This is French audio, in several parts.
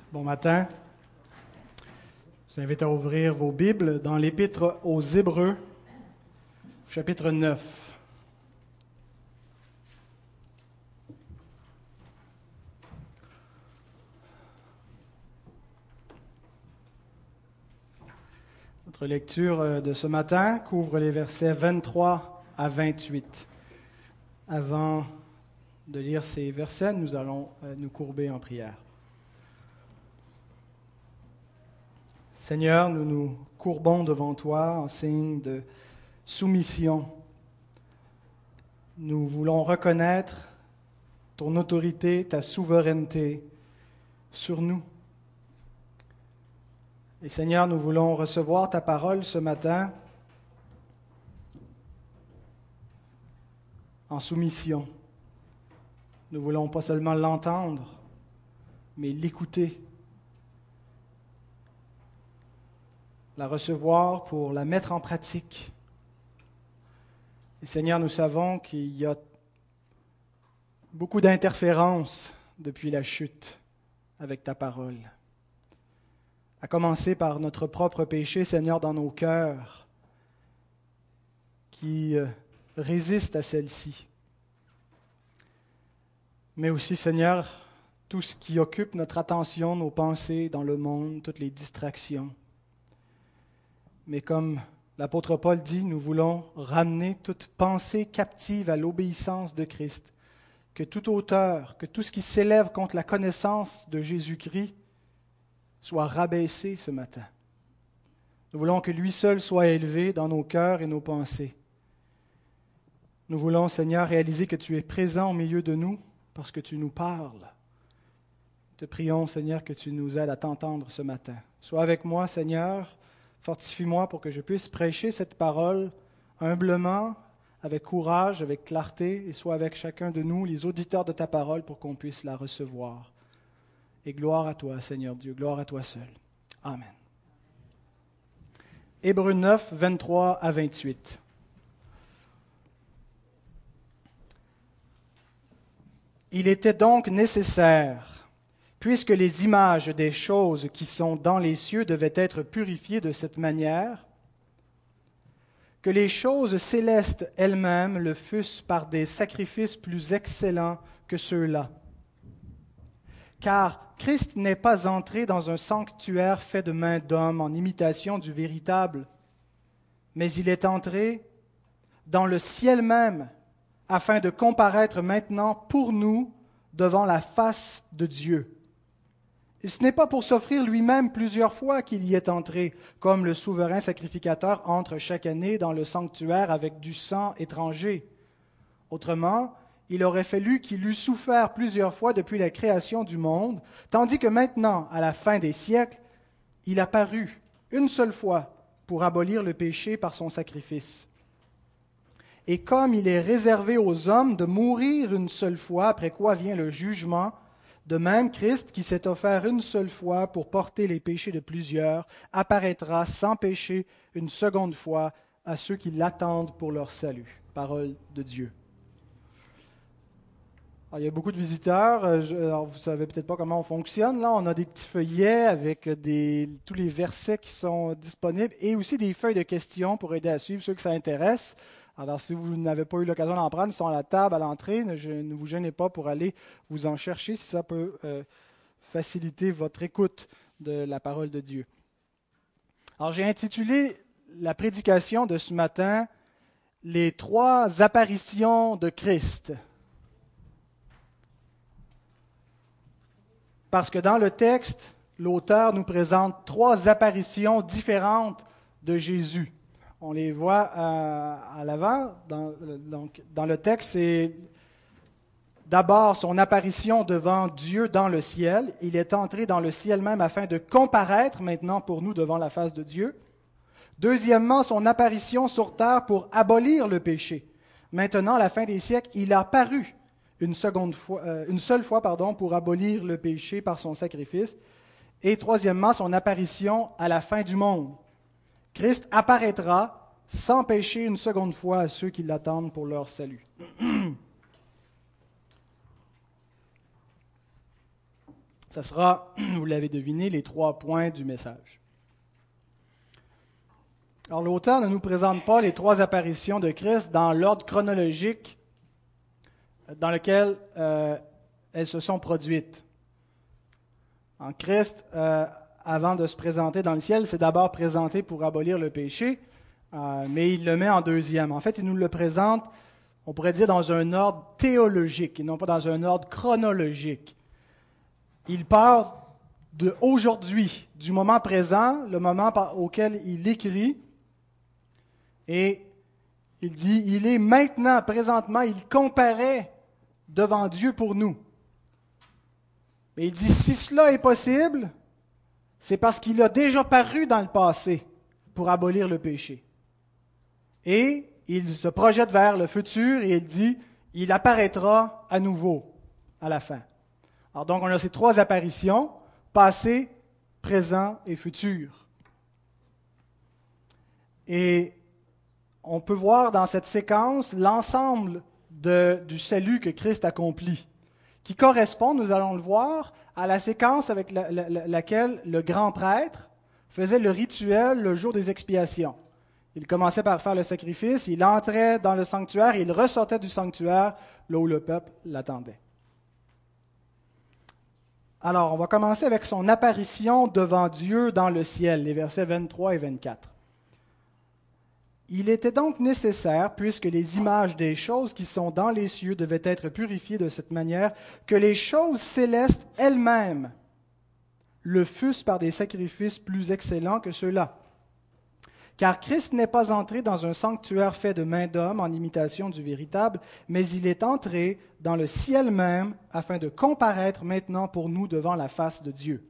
Bon matin. Je vous invite à ouvrir vos Bibles dans l'Épître aux Hébreux, chapitre 9. Notre lecture de ce matin couvre les versets 23 à 28. Avant de lire ces versets, nous allons nous courber en prière. Seigneur, nous nous courbons devant toi en signe de soumission. Nous voulons reconnaître ton autorité, ta souveraineté sur nous. Et Seigneur, nous voulons recevoir ta parole ce matin en soumission. Nous voulons pas seulement l'entendre, mais l'écouter. La recevoir pour la mettre en pratique. Et Seigneur, nous savons qu'il y a beaucoup d'interférences depuis la chute avec ta parole. À commencer par notre propre péché, Seigneur, dans nos cœurs, qui résiste à celle-ci. Mais aussi, Seigneur, tout ce qui occupe notre attention, nos pensées dans le monde, toutes les distractions. Mais comme l'apôtre Paul dit, nous voulons ramener toute pensée captive à l'obéissance de Christ. Que toute hauteur, que tout ce qui s'élève contre la connaissance de Jésus-Christ soit rabaissé ce matin. Nous voulons que lui seul soit élevé dans nos cœurs et nos pensées. Nous voulons, Seigneur, réaliser que tu es présent au milieu de nous parce que tu nous parles. Te prions, Seigneur, que tu nous aides à t'entendre ce matin. Sois avec moi, Seigneur. Fortifie-moi pour que je puisse prêcher cette parole humblement, avec courage, avec clarté, et sois avec chacun de nous, les auditeurs de ta parole, pour qu'on puisse la recevoir. Et gloire à toi, Seigneur Dieu, gloire à toi seul. Amen. Hébreux 9, 23 à 28. Il était donc nécessaire, puisque les images des choses qui sont dans les cieux devaient être purifiées de cette manière, que les choses célestes elles-mêmes le fussent par des sacrifices plus excellents que ceux-là. Car Christ n'est pas entré dans un sanctuaire fait de mains d'hommes en imitation du véritable, mais il est entré dans le ciel même, afin de comparaître maintenant pour nous devant la face de Dieu. Et ce n'est pas pour s'offrir lui-même plusieurs fois qu'il y est entré, comme le souverain sacrificateur entre chaque année dans le sanctuaire avec du sang étranger. Autrement, il aurait fallu qu'il eût souffert plusieurs fois depuis la création du monde, tandis que maintenant, à la fin des siècles, il a paru une seule fois pour abolir le péché par son sacrifice. Et comme il est réservé aux hommes de mourir une seule fois, après quoi vient le jugement, de même, Christ, qui s'est offert une seule fois pour porter les péchés de plusieurs, apparaîtra sans péché une seconde fois à ceux qui l'attendent pour leur salut. Parole de Dieu. Alors, il y a beaucoup de visiteurs. Alors, vous ne savez peut-être pas comment on fonctionne. Là, on a des petits feuillets avec tous les versets qui sont disponibles et aussi des feuilles de questions pour aider à suivre ceux que ça intéresse. Alors, si vous n'avez pas eu l'occasion d'en prendre, ils sont à la table, à l'entrée. Ne vous gênez pas pour aller vous en chercher si ça peut faciliter votre écoute de la parole de Dieu. Alors, j'ai intitulé la prédication de ce matin « Les trois apparitions de Christ ». Parce que dans le texte, l'auteur nous présente trois apparitions différentes de Jésus. On les voit à l'avant. Dans le texte, c'est d'abord son apparition devant Dieu dans le ciel. Il est entré dans le ciel même afin de comparaître maintenant pour nous devant la face de Dieu. Deuxièmement, son apparition sur terre pour abolir le péché. Maintenant, à la fin des siècles, il a paru une seule fois pour abolir le péché par son sacrifice. Et troisièmement, son apparition à la fin du monde. Christ apparaîtra sans péché une seconde fois à ceux qui l'attendent pour leur salut. Ce sera, vous l'avez deviné, les 3 points du message. Alors, l'auteur ne nous présente pas les 3 apparitions de Christ dans l'ordre chronologique dans lequel elles se sont produites. En Christ, avant de se présenter dans le ciel, s'est d'abord présenté pour abolir le péché, mais il le met en deuxième. En fait, il nous le présente, on pourrait dire, dans un ordre théologique et non pas dans un ordre chronologique. Il part de aujourd'hui, du moment présent, le moment auquel il écrit, et il dit, il est maintenant, présentement, il comparaît devant Dieu pour nous. Mais il dit, si cela est possible, c'est parce qu'il a déjà paru dans le passé pour abolir le péché. Et il se projette vers le futur et il dit, il apparaîtra à nouveau à la fin. Alors donc, on a ces 3 apparitions, passé, présent et futur. Et on peut voir dans cette séquence l'ensemble du salut que Christ accomplit, qui correspond, nous allons le voir, à la séquence avec laquelle le grand prêtre faisait le rituel le jour des expiations. Il commençait par faire le sacrifice, il entrait dans le sanctuaire et il ressortait du sanctuaire là où le peuple l'attendait. Alors, on va commencer avec son apparition devant Dieu dans le ciel, les versets 23 et 24. Il était donc nécessaire, puisque les images des choses qui sont dans les cieux devaient être purifiées de cette manière, que les choses célestes elles-mêmes le fussent par des sacrifices plus excellents que ceux-là. Car Christ n'est pas entré dans un sanctuaire fait de main d'homme en imitation du véritable, mais il est entré dans le ciel même afin de comparaître maintenant pour nous devant la face de Dieu.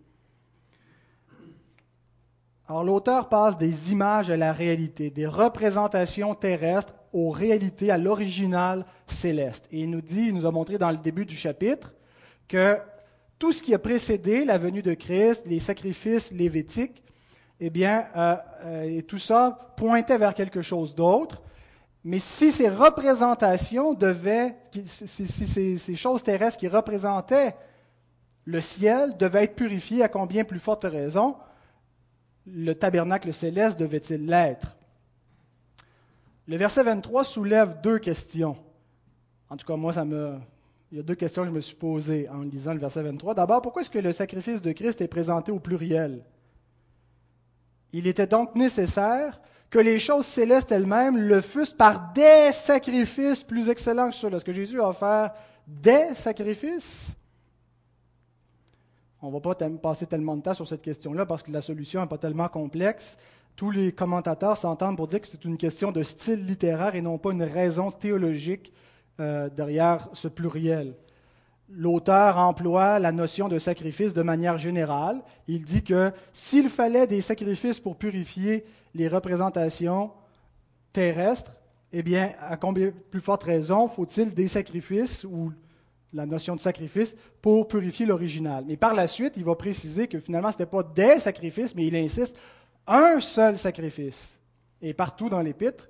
Alors l'auteur passe des images à la réalité, des représentations terrestres aux réalités, à l'original céleste. Et il nous a montré dans le début du chapitre que tout ce qui a précédé la venue de Christ, les sacrifices lévitiques, eh bien, et tout ça pointait vers quelque chose d'autre. Mais si ces représentations si ces choses terrestres qui représentaient le ciel devaient être purifiées, à combien plus forte raison le tabernacle céleste devait-il l'être? Le verset 23 soulève 2 questions. En tout cas, moi, il y a 2 questions que je me suis posées en lisant le verset 23. D'abord, pourquoi est-ce que le sacrifice de Christ est présenté au pluriel? Il était donc nécessaire que les choses célestes elles-mêmes le fussent par des sacrifices plus excellents que ceux-là. Est-ce que Jésus a offert des sacrifices? On ne va pas passer tellement de temps sur cette question-là parce que la solution n'est pas tellement complexe. Tous les commentateurs s'entendent pour dire que c'est une question de style littéraire et non pas une raison théologique derrière ce pluriel. L'auteur emploie la notion de sacrifice de manière générale. Il dit que s'il fallait des sacrifices pour purifier les représentations terrestres, eh bien, à combien plus forte raison faut-il des sacrifices ou la notion de sacrifice pour purifier l'original. Mais par la suite, il va préciser que finalement, ce n'était pas des sacrifices, mais il insiste, un seul sacrifice. Et partout dans l'Épître,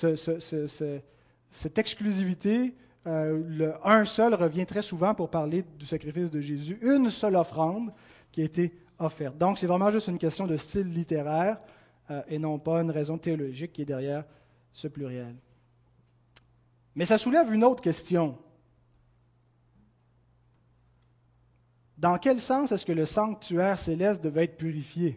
cette exclusivité, le un seul revient très souvent pour parler du sacrifice de Jésus, une seule offrande qui a été offerte. Donc, c'est vraiment juste une question de style littéraire et non pas une raison théologique qui est derrière ce pluriel. Mais ça soulève une autre question. Dans quel sens est-ce que le sanctuaire céleste devait être purifié?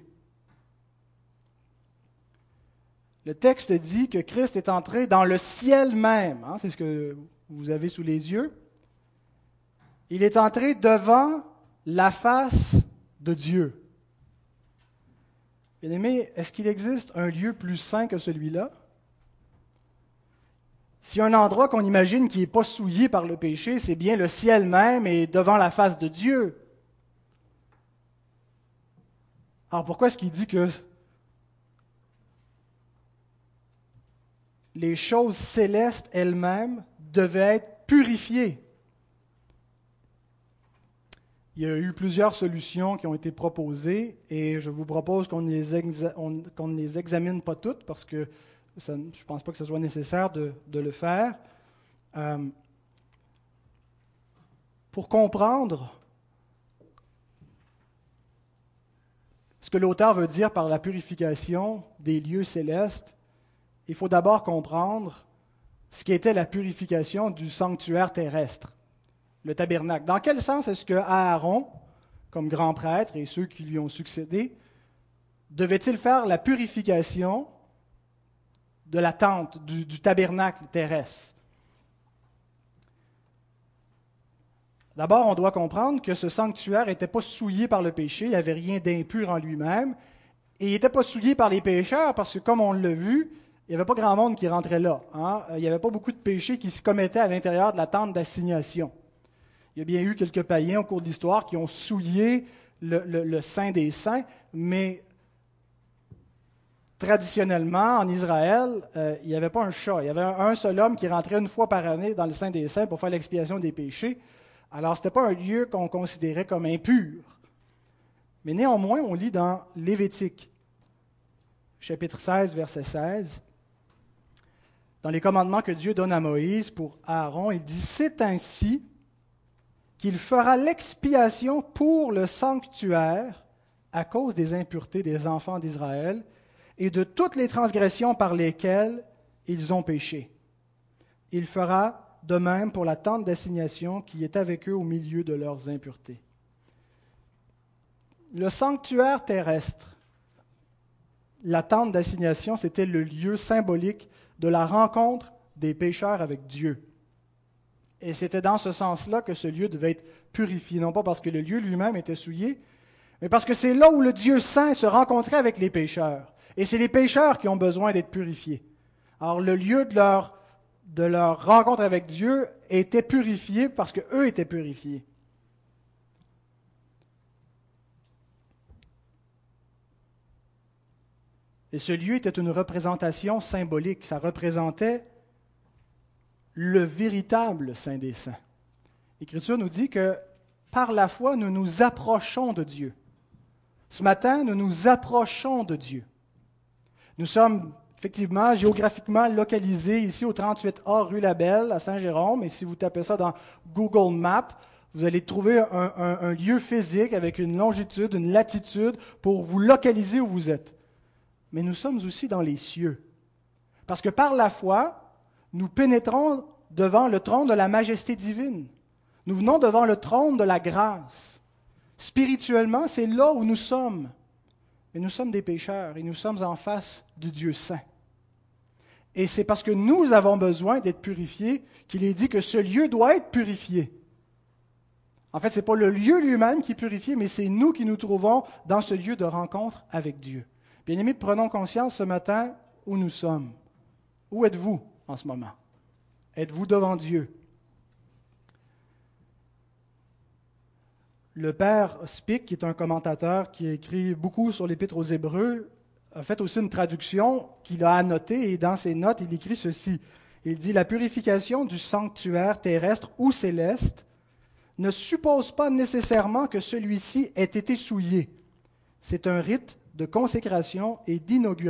Le texte dit que Christ est entré dans le ciel même. C'est ce que vous avez sous les yeux. Il est entré devant la face de Dieu. Bien-aimés, est-ce qu'il existe un lieu plus saint que celui-là? S'il y a un endroit qu'on imagine qui n'est pas souillé par le péché, c'est bien le ciel même et devant la face de Dieu. Alors pourquoi est-ce qu'il dit que les choses célestes elles-mêmes devaient être purifiées? Il y a eu plusieurs solutions qui ont été proposées et je vous propose qu'on ne les examine pas toutes parce que je ne pense pas que ce soit nécessaire de le faire. Pour comprendre ce que l'auteur veut dire par la purification des lieux célestes, il faut d'abord comprendre ce qu'était la purification du sanctuaire terrestre, le tabernacle. Dans quel sens est-ce que Aaron, comme grand prêtre, et ceux qui lui ont succédé, devaient-ils faire la purification de la tente, du tabernacle terrestre? D'abord, on doit comprendre que ce sanctuaire n'était pas souillé par le péché, il n'y avait rien d'impur en lui-même, et il n'était pas souillé par les pécheurs, parce que comme on l'a vu, il n'y avait pas grand monde qui rentrait là. Il n'y avait pas beaucoup de péchés qui se commettaient à l'intérieur de la tente d'assignation. Il y a bien eu quelques païens au cours de l'histoire qui ont souillé le Saint des Saints, mais traditionnellement, en Israël, il n'y avait pas un chat. Il y avait un seul homme qui rentrait une fois par année dans le Saint des Saints pour faire l'expiation des péchés. Alors, ce n'était pas un lieu qu'on considérait comme impur. Mais néanmoins, on lit dans Lévitique, chapitre 16, verset 16, dans les commandements que Dieu donne à Moïse pour Aaron, il dit « C'est ainsi qu'il fera l'expiation pour le sanctuaire à cause des impuretés des enfants d'Israël et de toutes les transgressions par lesquelles ils ont péché. Il fera de même pour la tente d'assignation qui est avec eux au milieu de leurs impuretés. » Le sanctuaire terrestre, la tente d'assignation, c'était le lieu symbolique de la rencontre des pécheurs avec Dieu. Et c'était dans ce sens-là que ce lieu devait être purifié, non pas parce que le lieu lui-même était souillé, mais parce que c'est là où le Dieu saint se rencontrait avec les pécheurs. Et c'est les pécheurs qui ont besoin d'être purifiés. Alors le lieu de leur rencontre avec Dieu était purifié parce qu'eux étaient purifiés. Et ce lieu était une représentation symbolique. Ça représentait le véritable Saint des Saints. L'Écriture nous dit que par la foi, nous nous approchons de Dieu. Ce matin, nous nous approchons de Dieu. Nous sommes effectivement géographiquement localisés ici au 38A rue Labelle à Saint-Jérôme. Et si vous tapez ça dans Google Maps, vous allez trouver un lieu physique avec une longitude, une latitude pour vous localiser où vous êtes. Mais nous sommes aussi dans les cieux. Parce que par la foi, nous pénétrons devant le trône de la majesté divine. Nous venons devant le trône de la grâce. Spirituellement, c'est là où nous sommes. Mais nous sommes des pécheurs et nous sommes en face du Dieu saint. Et c'est parce que nous avons besoin d'être purifiés qu'il est dit que ce lieu doit être purifié. En fait, ce n'est pas le lieu lui-même qui est purifié, mais c'est nous qui nous trouvons dans ce lieu de rencontre avec Dieu. Bien-aimés, prenons conscience ce matin où nous sommes. Où êtes-vous en ce moment? Êtes-vous devant Dieu? Le père Spick, qui est un commentateur qui a écrit beaucoup sur l'Épître aux Hébreux, a fait aussi une traduction qu'il a annotée, et dans ses notes, il écrit ceci. Il dit « La purification du sanctuaire terrestre ou céleste ne suppose pas nécessairement que celui-ci ait été souillé. C'est un rite de consécration et d'inauguration. »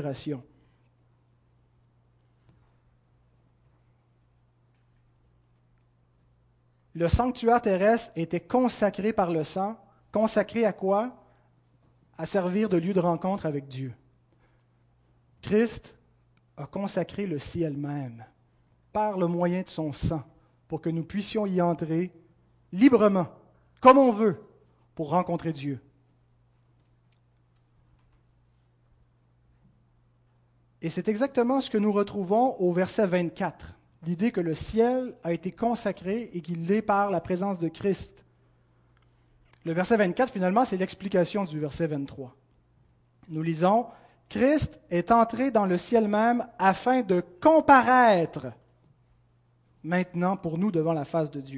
Le sanctuaire terrestre était consacré par le sang. Consacré à quoi? À servir de lieu de rencontre avec Dieu. Christ a consacré le ciel même par le moyen de son sang pour que nous puissions y entrer librement, comme on veut, pour rencontrer Dieu. Et c'est exactement ce que nous retrouvons au verset 24. L'idée que le ciel a été consacré et qu'il l'est par la présence de Christ. Le verset 24, finalement, c'est l'explication du verset 23. Nous lisons « Christ est entré dans le ciel même afin de comparaître maintenant pour nous devant la face de Dieu. »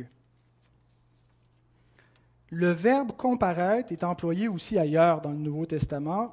Le verbe « comparaître » est employé aussi ailleurs dans le Nouveau Testament.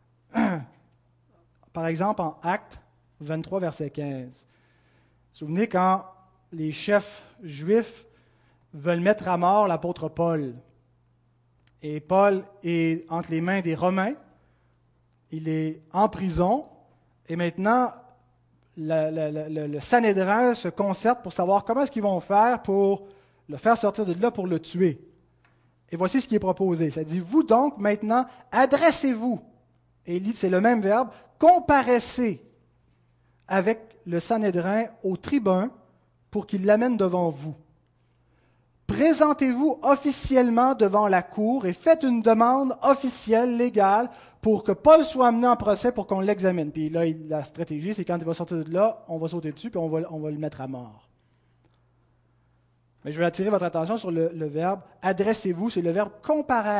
Par exemple, en Actes 23, verset 15. Vous vous souvenez quand les chefs juifs veulent mettre à mort l'apôtre Paul. Et Paul est entre les mains des Romains. Il est en prison. Et maintenant, le Sanhédrin se concerte pour savoir comment est-ce qu'ils vont faire pour le faire sortir de là pour le tuer. Et voici ce qui est proposé. Ça dit, vous donc, maintenant, adressez-vous Et c'est le même verbe, comparaissez avec le Sanhédrin au tribun pour qu'il l'amène devant vous. Présentez-vous officiellement devant la cour et faites une demande officielle, légale, pour que Paul soit amené en procès pour qu'on l'examine. Puis là, la stratégie, c'est quand il va sortir de là, on va sauter dessus puis on va le mettre à mort. Mais je vais attirer votre attention sur le verbe « adressez-vous », c'est le verbe « comparaître ».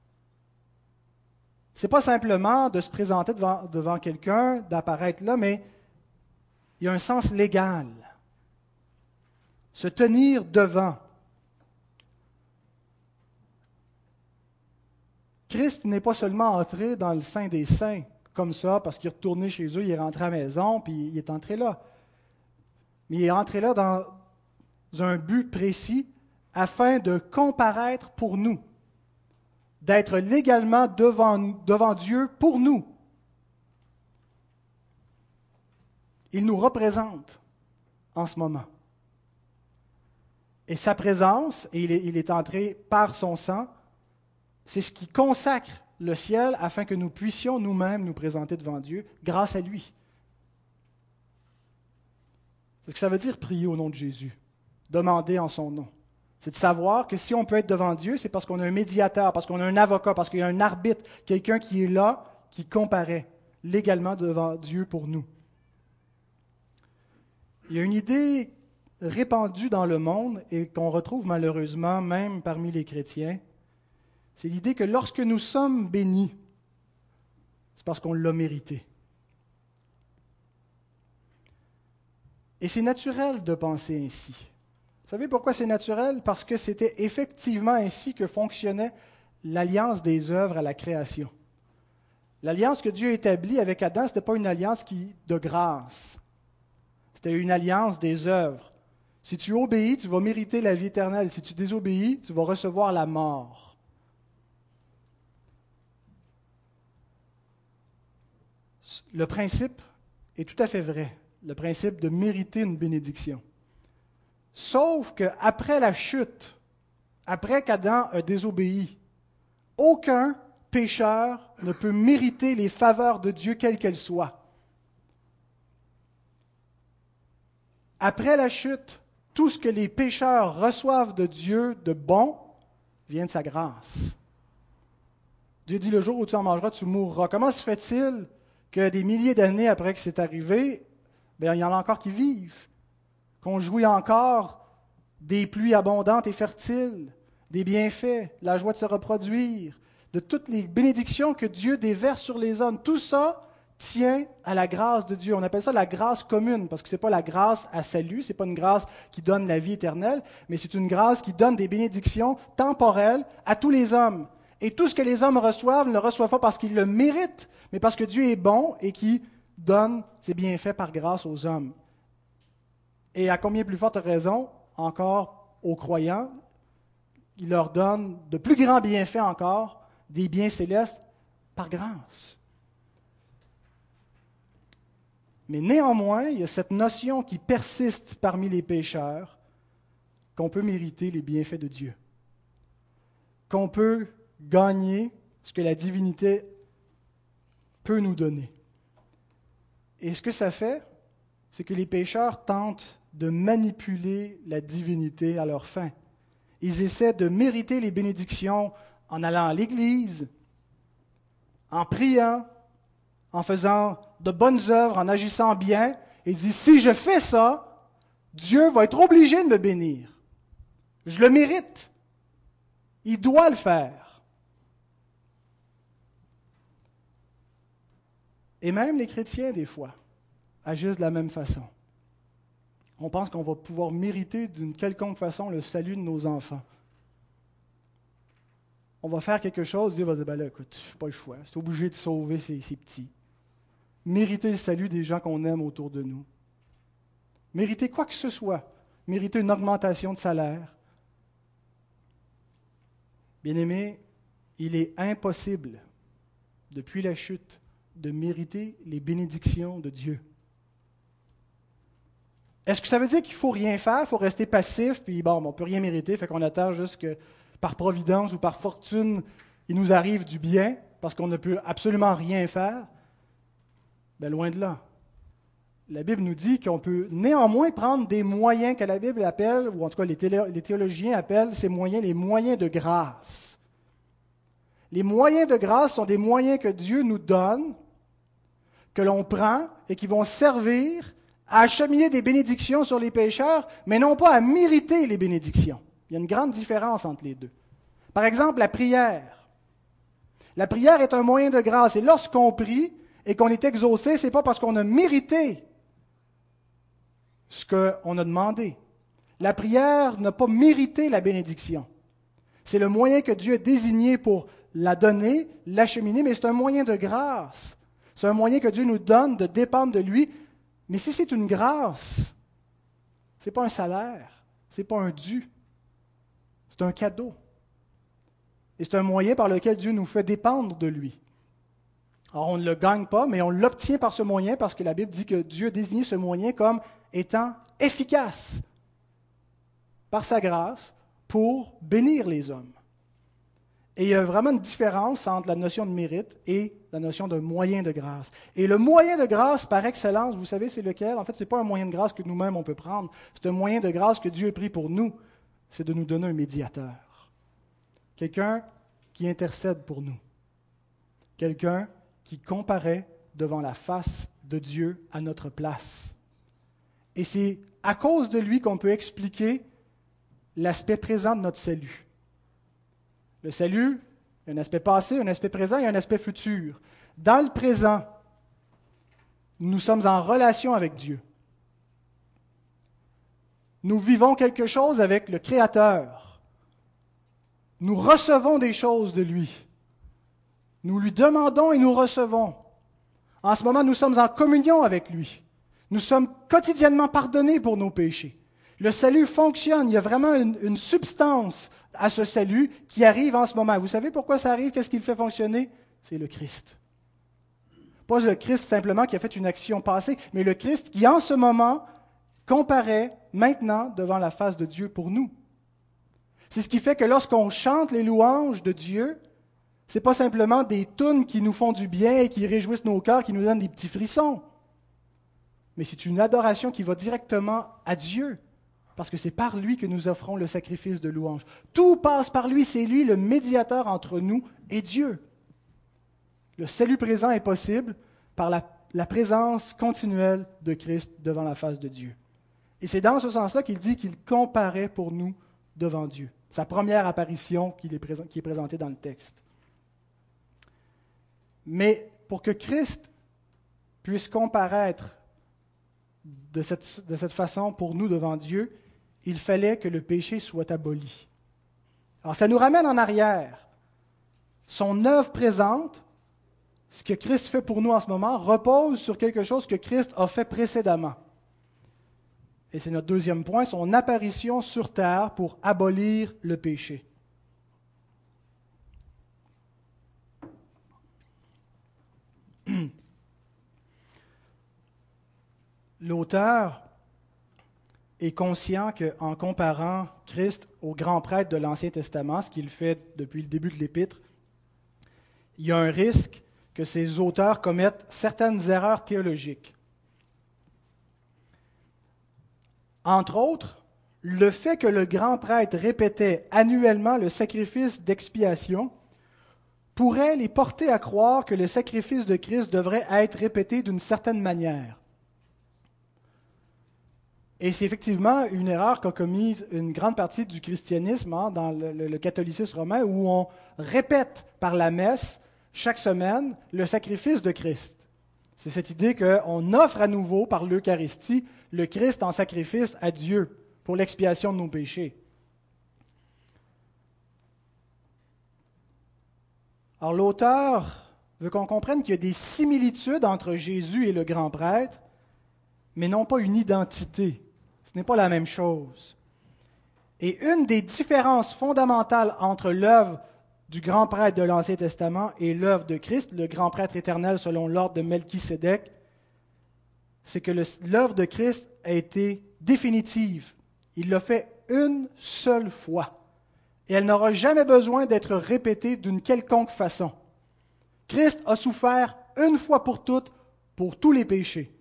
Ce n'est pas simplement de se présenter devant quelqu'un, d'apparaître là, mais il y a un sens légal. Se tenir devant. Christ n'est pas seulement entré dans le Saint des Saints, comme ça, parce qu'il est retourné chez eux, il est rentré à la maison, puis il est entré là. Mais il est entré là dans un but précis, afin de comparaître pour nous, d'être légalement devant Dieu pour nous. Il nous représente en ce moment. Et sa présence, et il est entré par son sang, c'est ce qui consacre le ciel afin que nous puissions nous-mêmes nous présenter devant Dieu grâce à lui. C'est ce que ça veut dire prier au nom de Jésus, demander en son nom. C'est de savoir que si on peut être devant Dieu, c'est parce qu'on a un médiateur, parce qu'on a un avocat, parce qu'il y a un arbitre, quelqu'un qui est là, qui comparaît légalement devant Dieu pour nous. Il y a une idée répandue dans le monde et qu'on retrouve malheureusement même parmi les chrétiens. C'est l'idée que lorsque nous sommes bénis, c'est parce qu'on l'a mérité. Et c'est naturel de penser ainsi. Vous savez pourquoi c'est naturel? Parce que c'était effectivement ainsi que fonctionnait l'alliance des œuvres à la création. L'alliance que Dieu a établie avec Adam, ce n'était pas une alliance de grâce. C'était une alliance des œuvres. Si tu obéis, tu vas mériter la vie éternelle. Si tu désobéis, tu vas recevoir la mort. Le principe est tout à fait vrai, le principe de mériter une bénédiction. Sauf qu'après la chute, après qu'Adam a désobéi, aucun pécheur ne peut mériter les faveurs de Dieu, quelles qu'elles soient. Après la chute, tout ce que les pécheurs reçoivent de Dieu de bon vient de sa grâce. Dieu dit, le jour où tu en mangeras, tu mourras. Comment se fait-il que des milliers d'années après que c'est arrivé, il y en a encore qui vivent, qu'on jouit encore des pluies abondantes et fertiles, des bienfaits, la joie de se reproduire, de toutes les bénédictions que Dieu déverse sur les hommes. Tout ça tient à la grâce de Dieu. On appelle ça la grâce commune, parce que ce n'est pas la grâce à salut, ce n'est pas une grâce qui donne la vie éternelle, mais c'est une grâce qui donne des bénédictions temporelles à tous les hommes. Et tout ce que les hommes reçoivent ne le reçoivent pas parce qu'ils le méritent, mais parce que Dieu est bon et qui donne ses bienfaits par grâce aux hommes. Et à combien plus forte raison, encore aux croyants, il leur donne de plus grands bienfaits encore, des biens célestes, par grâce. Mais néanmoins, il y a cette notion qui persiste parmi les pécheurs, qu'on peut mériter les bienfaits de Dieu, qu'on peut gagner ce que la divinité peut nous donner. Et ce que ça fait, c'est que les pécheurs tentent de manipuler la divinité à leur fin. Ils essaient de mériter les bénédictions en allant à l'Église, en priant, en faisant de bonnes œuvres, en agissant bien. Et ils disent, si je fais ça, Dieu va être obligé de me bénir. Je le mérite. Il doit le faire. Et même les chrétiens, des fois, agissent de la même façon. On pense qu'on va pouvoir mériter d'une quelconque façon le salut de nos enfants. On va faire quelque chose, Dieu va dire, là, écoute, je n'ai pas le choix, c'est obligé de sauver ces petits. Mériter le salut des gens qu'on aime autour de nous. Mériter quoi que ce soit. Mériter une augmentation de salaire. Bien-aimés, il est impossible, depuis la chute, de mériter les bénédictions de Dieu. Est-ce que ça veut dire qu'il ne faut rien faire, il faut rester passif, puis on ne peut rien mériter, fait qu'on attend juste que par providence ou par fortune, il nous arrive du bien? parce qu'on ne peut absolument rien faire? Bien, loin de là. La Bible nous dit qu'on peut néanmoins prendre des moyens que la Bible appelle, ou en tout cas les théologiens appellent ces moyens les moyens de grâce. Les moyens de grâce sont des moyens que Dieu nous donne, que l'on prend et qui vont servir à acheminer des bénédictions sur les pécheurs, mais non pas à mériter les bénédictions. Il y a une grande différence entre les deux. Par exemple, la prière. La prière est un moyen de grâce, et lorsqu'on prie et qu'on est exaucé, ce n'est pas parce qu'on a mérité ce qu'on a demandé. La prière n'a pas mérité la bénédiction. C'est le moyen que Dieu a désigné pour la donner, l'acheminer, mais c'est un moyen de grâce. C'est un moyen que Dieu nous donne de dépendre de lui. Mais si c'est une grâce, ce n'est pas un salaire, ce n'est pas un dû, c'est un cadeau. Et c'est un moyen par lequel Dieu nous fait dépendre de lui. Alors on ne le gagne pas, mais on l'obtient par ce moyen parce que la Bible dit que Dieu a désigné ce moyen comme étant efficace par sa grâce pour bénir les hommes. Et il y a vraiment une différence entre la notion de mérite et la notion de moyen de grâce. Et le moyen de grâce par excellence, vous savez c'est lequel? En fait, ce n'est pas un moyen de grâce que nous-mêmes on peut prendre. C'est un moyen de grâce que Dieu a pris pour nous. C'est de nous donner un médiateur. Quelqu'un qui intercède pour nous. Quelqu'un qui comparaît devant la face de Dieu à notre place. Et c'est à cause de lui qu'on peut expliquer l'aspect présent de notre salut. Le salut, il y a un aspect passé, un aspect présent et un aspect futur. Dans le présent, nous sommes en relation avec Dieu. Nous vivons quelque chose avec le Créateur. Nous recevons des choses de lui. Nous lui demandons et nous recevons. En ce moment, nous sommes en communion avec lui. Nous sommes quotidiennement pardonnés pour nos péchés. Le salut fonctionne. Il y a vraiment une substance à ce salut qui arrive en ce moment. Vous savez pourquoi ça arrive? Qu'est-ce qui le fait fonctionner? C'est le Christ. Pas le Christ simplement qui a fait une action passée, mais le Christ qui, en ce moment, comparaît maintenant devant la face de Dieu pour nous. C'est ce qui fait que lorsqu'on chante les louanges de Dieu, ce n'est pas simplement des tunes qui nous font du bien et qui réjouissent nos cœurs, qui nous donnent des petits frissons. Mais c'est une adoration qui va directement à Dieu, parce que c'est par lui que nous offrons le sacrifice de louange. Tout passe par lui, c'est lui le médiateur entre nous et Dieu. Le salut présent est possible par la présence continuelle de Christ devant la face de Dieu. Et c'est dans ce sens-là qu'il dit qu'il comparaît pour nous devant Dieu. Sa première apparition qui est présentée dans le texte. Mais pour que Christ puisse comparaître de cette façon pour nous devant Dieu, il fallait que le péché soit aboli. Alors ça nous ramène en arrière. Son œuvre présente, ce que Christ fait pour nous en ce moment, repose sur quelque chose que Christ a fait précédemment. Et c'est notre deuxième point, son apparition sur terre pour abolir le péché. L'auteur est conscient qu'en comparant Christ au grand prêtre de l'Ancien Testament, ce qu'il fait depuis le début de l'Épître, il y a un risque que ces auteurs commettent certaines erreurs théologiques. Entre autres, le fait que le grand prêtre répétait annuellement le sacrifice d'expiation pourrait les porter à croire que le sacrifice de Christ devrait être répété d'une certaine manière. Et c'est effectivement une erreur qu'a commise une grande partie du christianisme dans le catholicisme romain, où on répète par la messe chaque semaine le sacrifice de Christ. C'est cette idée qu'on offre à nouveau par l'Eucharistie le Christ en sacrifice à Dieu pour l'expiation de nos péchés. Alors l'auteur veut qu'on comprenne qu'il y a des similitudes entre Jésus et le grand prêtre, mais non pas une identité. Ce n'est pas la même chose. Et une des différences fondamentales entre l'œuvre du grand prêtre de l'Ancien Testament et l'œuvre de Christ, le grand prêtre éternel selon l'ordre de Melchisédek, c'est que l'œuvre de Christ a été définitive. Il l'a fait une seule fois. Et elle n'aura jamais besoin d'être répétée d'une quelconque façon. Christ a souffert une fois pour toutes pour tous les péchés.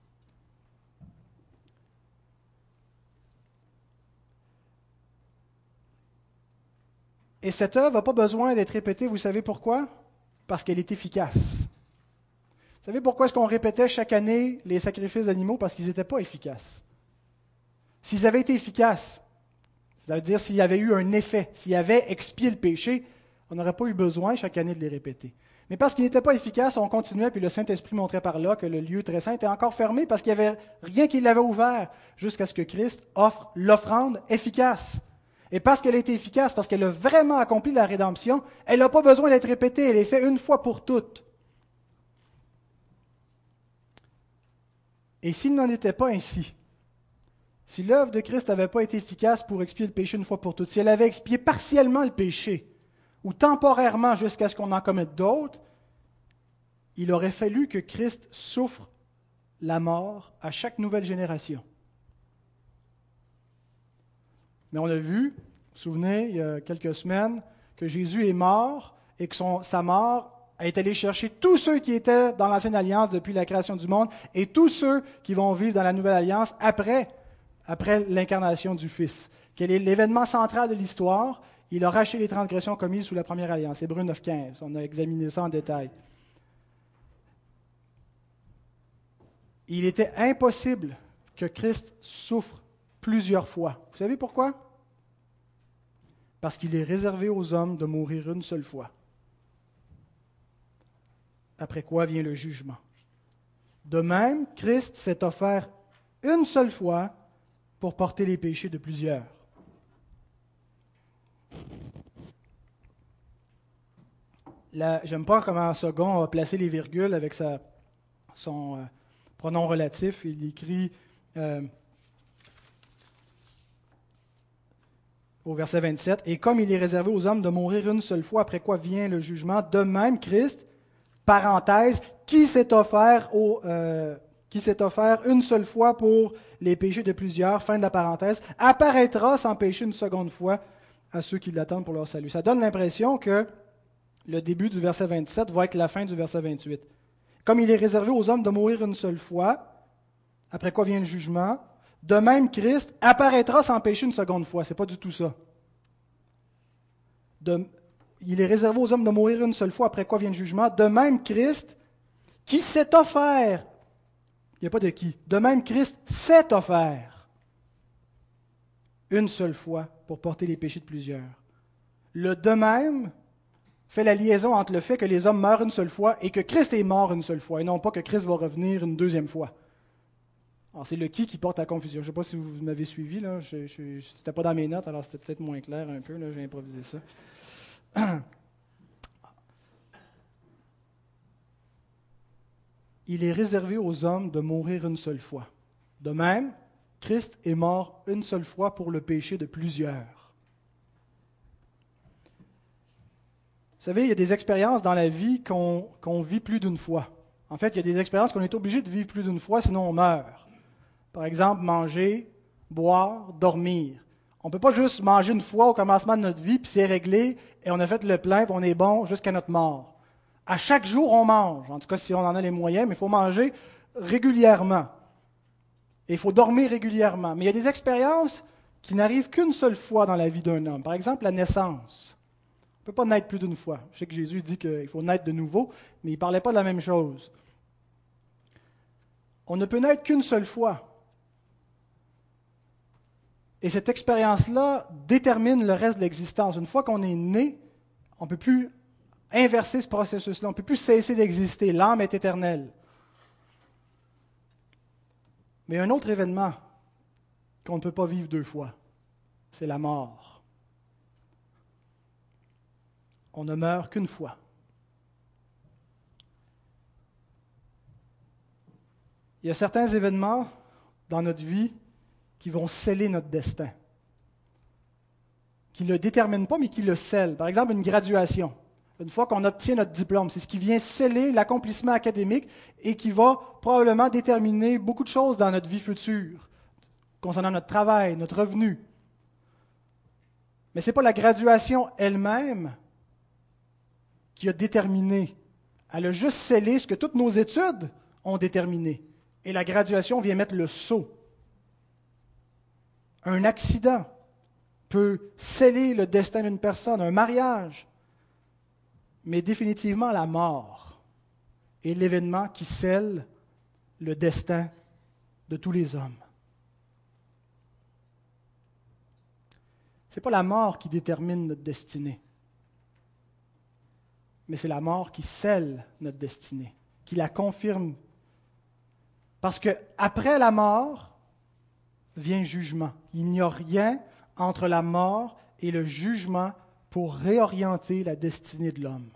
Et cette œuvre n'a pas besoin d'être répétée, vous savez pourquoi? Parce qu'elle est efficace. Vous savez pourquoi est-ce qu'on répétait chaque année les sacrifices d'animaux? Parce qu'ils n'étaient pas efficaces. S'ils avaient été efficaces, ça veut dire s'il y avait eu un effet, s'il y avait expié le péché, on n'aurait pas eu besoin chaque année de les répéter. Mais parce qu'ils n'étaient pas efficaces, on continuait, puis le Saint-Esprit montrait par là que le lieu très saint était encore fermé parce qu'il n'y avait rien qui l'avait ouvert, jusqu'à ce que Christ offre l'offrande efficace. Et parce qu'elle était efficace, parce qu'elle a vraiment accompli la rédemption, elle n'a pas besoin d'être répétée, elle est faite une fois pour toutes. Et s'il n'en était pas ainsi, si l'œuvre de Christ n'avait pas été efficace pour expier le péché une fois pour toutes, si elle avait expié partiellement le péché, ou temporairement jusqu'à ce qu'on en commette d'autres, il aurait fallu que Christ souffre la mort à chaque nouvelle génération. Mais on a vu, vous vous souvenez, il y a quelques semaines, que Jésus est mort et que sa mort est allée chercher tous ceux qui étaient dans l'Ancienne Alliance depuis la création du monde et tous ceux qui vont vivre dans la Nouvelle Alliance après l'incarnation du Fils. Quel est l'événement central de l'histoire? Il a racheté les transgressions commises sous la première alliance. Hébreux 9,15. On a examiné ça en détail. Il était impossible que Christ souffre plusieurs fois. Vous savez pourquoi? Parce qu'il est réservé aux hommes de mourir une seule fois. Après quoi vient le jugement. De même, Christ s'est offert une seule fois pour porter les péchés de plusieurs. J'aime pas comment Second a placé les virgules avec son pronom relatif. Il écrit au verset 27, « Et comme il est réservé aux hommes de mourir une seule fois, après quoi vient le jugement, de même Christ, parenthèse, qui s'est offert une seule fois pour les péchés de plusieurs, fin de la parenthèse, apparaîtra sans péché une seconde fois à ceux qui l'attendent pour leur salut. » Ça donne l'impression que le début du verset 27 va être la fin du verset 28. Comme il est réservé aux hommes de mourir une seule fois, après quoi vient le jugement, de même Christ apparaîtra sans péché une seconde fois. Ce n'est pas du tout ça. Il est réservé aux hommes de mourir une seule fois, après quoi vient le jugement. De même Christ, qui s'est offert, il n'y a pas de qui, de même Christ s'est offert une seule fois pour porter les péchés de plusieurs. Le de même fait la liaison entre le fait que les hommes meurent une seule fois et que Christ est mort une seule fois, et non pas que Christ va revenir une deuxième fois. Alors, c'est le qui porte à confusion. Je ne sais pas si vous m'avez suivi, là. C'était pas dans mes notes, alors c'était peut-être moins clair un peu, là. J'ai improvisé ça. Il est réservé aux hommes de mourir une seule fois. De même, Christ est mort une seule fois pour le péché de plusieurs. Vous savez, il y a des expériences dans la vie qu'on vit plus d'une fois. En fait, il y a des expériences qu'on est obligé de vivre plus d'une fois, sinon on meurt. Par exemple, manger, boire, dormir. On ne peut pas juste manger une fois au commencement de notre vie, puis c'est réglé, et on a fait le plein, puis on est bon jusqu'à notre mort. À chaque jour, on mange. En tout cas, si on en a les moyens, mais il faut manger régulièrement. Et il faut dormir régulièrement. Mais il y a des expériences qui n'arrivent qu'une seule fois dans la vie d'un homme. Par exemple, la naissance. On ne peut pas naître plus d'une fois. Je sais que Jésus dit qu'il faut naître de nouveau, mais il ne parlait pas de la même chose. On ne peut naître qu'une seule fois. Et cette expérience-là détermine le reste de l'existence. Une fois qu'on est né, on ne peut plus inverser ce processus-là. On ne peut plus cesser d'exister. L'âme est éternelle. Mais un autre événement qu'on ne peut pas vivre deux fois, c'est la mort. On ne meurt qu'une fois. Il y a certains événements dans notre vie qui vont sceller notre destin, qui ne le déterminent pas, mais qui le scellent. Par exemple, une graduation. Une fois qu'on obtient notre diplôme, c'est ce qui vient sceller l'accomplissement académique et qui va probablement déterminer beaucoup de choses dans notre vie future, concernant notre travail, notre revenu. Mais ce n'est pas la graduation elle-même qui a déterminé Elle a juste scellé ce que toutes nos études ont déterminé. Et la graduation vient mettre le sceau. Un accident peut sceller le destin d'une personne, un mariage. Mais définitivement, la mort est l'événement qui scelle le destin de tous les hommes. Ce n'est pas la mort qui détermine notre destinée, mais c'est la mort qui scelle notre destinée, qui la confirme. Parce qu'après la mort vient jugement. Il n'y a rien entre la mort et le jugement pour réorienter la destinée de l'homme.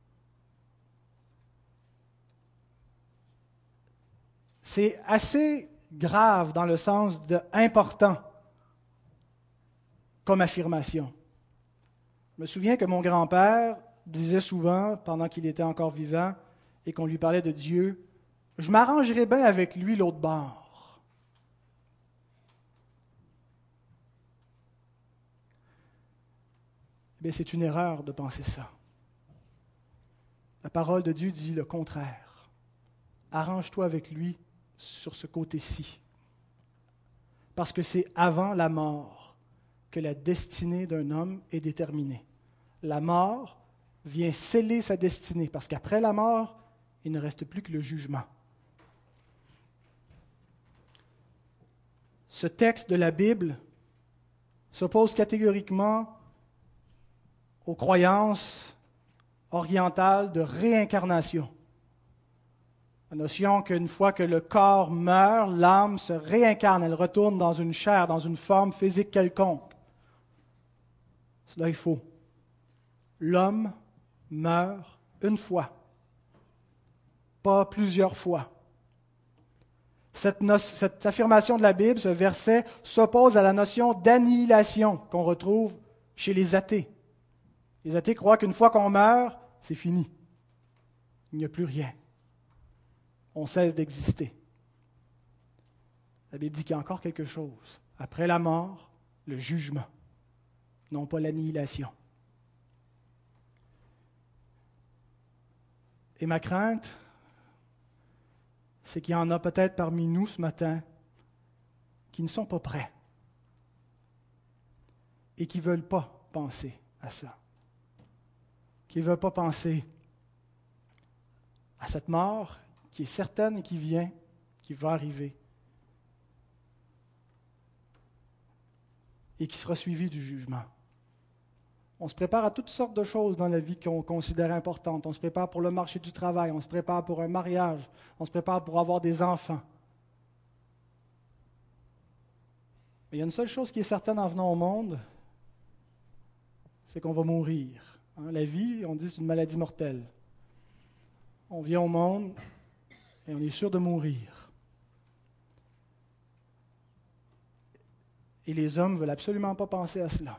C'est assez grave dans le sens de important comme affirmation. Je me souviens que mon grand-père disait souvent, pendant qu'il était encore vivant, et qu'on lui parlait de Dieu, « Je m'arrangerai bien avec lui l'autre bord. » Bien, c'est une erreur de penser ça. La parole de Dieu dit le contraire. Arrange-toi avec lui sur ce côté-ci. Parce que c'est avant la mort que la destinée d'un homme est déterminée. La mort vient sceller sa destinée, parce qu'après la mort, il ne reste plus que le jugement. Ce texte de la Bible s'oppose catégoriquement aux croyances orientales de réincarnation. La notion qu'une fois que le corps meurt, l'âme se réincarne, elle retourne dans une chair, dans une forme physique quelconque. Cela est faux. L'homme meurt une fois, pas plusieurs fois. Cette affirmation de la Bible, ce verset, s'oppose à la notion d'annihilation qu'on retrouve chez les athées. Les athées croient qu'une fois qu'on meurt, c'est fini. Il n'y a plus rien. On cesse d'exister. La Bible dit qu'il y a encore quelque chose. Après la mort, le jugement, non pas l'annihilation. Et ma crainte, c'est qu'il y en a peut-être parmi nous ce matin qui ne sont pas prêts et qui ne veulent pas penser à ça, qui ne veulent pas penser à cette mort qui est certaine et qui vient, qui va arriver, et qui sera suivie du jugement. On se prépare à toutes sortes de choses dans la vie qu'on considère importantes. On se prépare pour le marché du travail, on se prépare pour un mariage, on se prépare pour avoir des enfants. Mais il y a une seule chose qui est certaine en venant au monde, c'est qu'on va mourir. La vie, on dit, c'est une maladie mortelle. On vient au monde et on est sûr de mourir. Et les hommes ne veulent absolument pas penser à cela.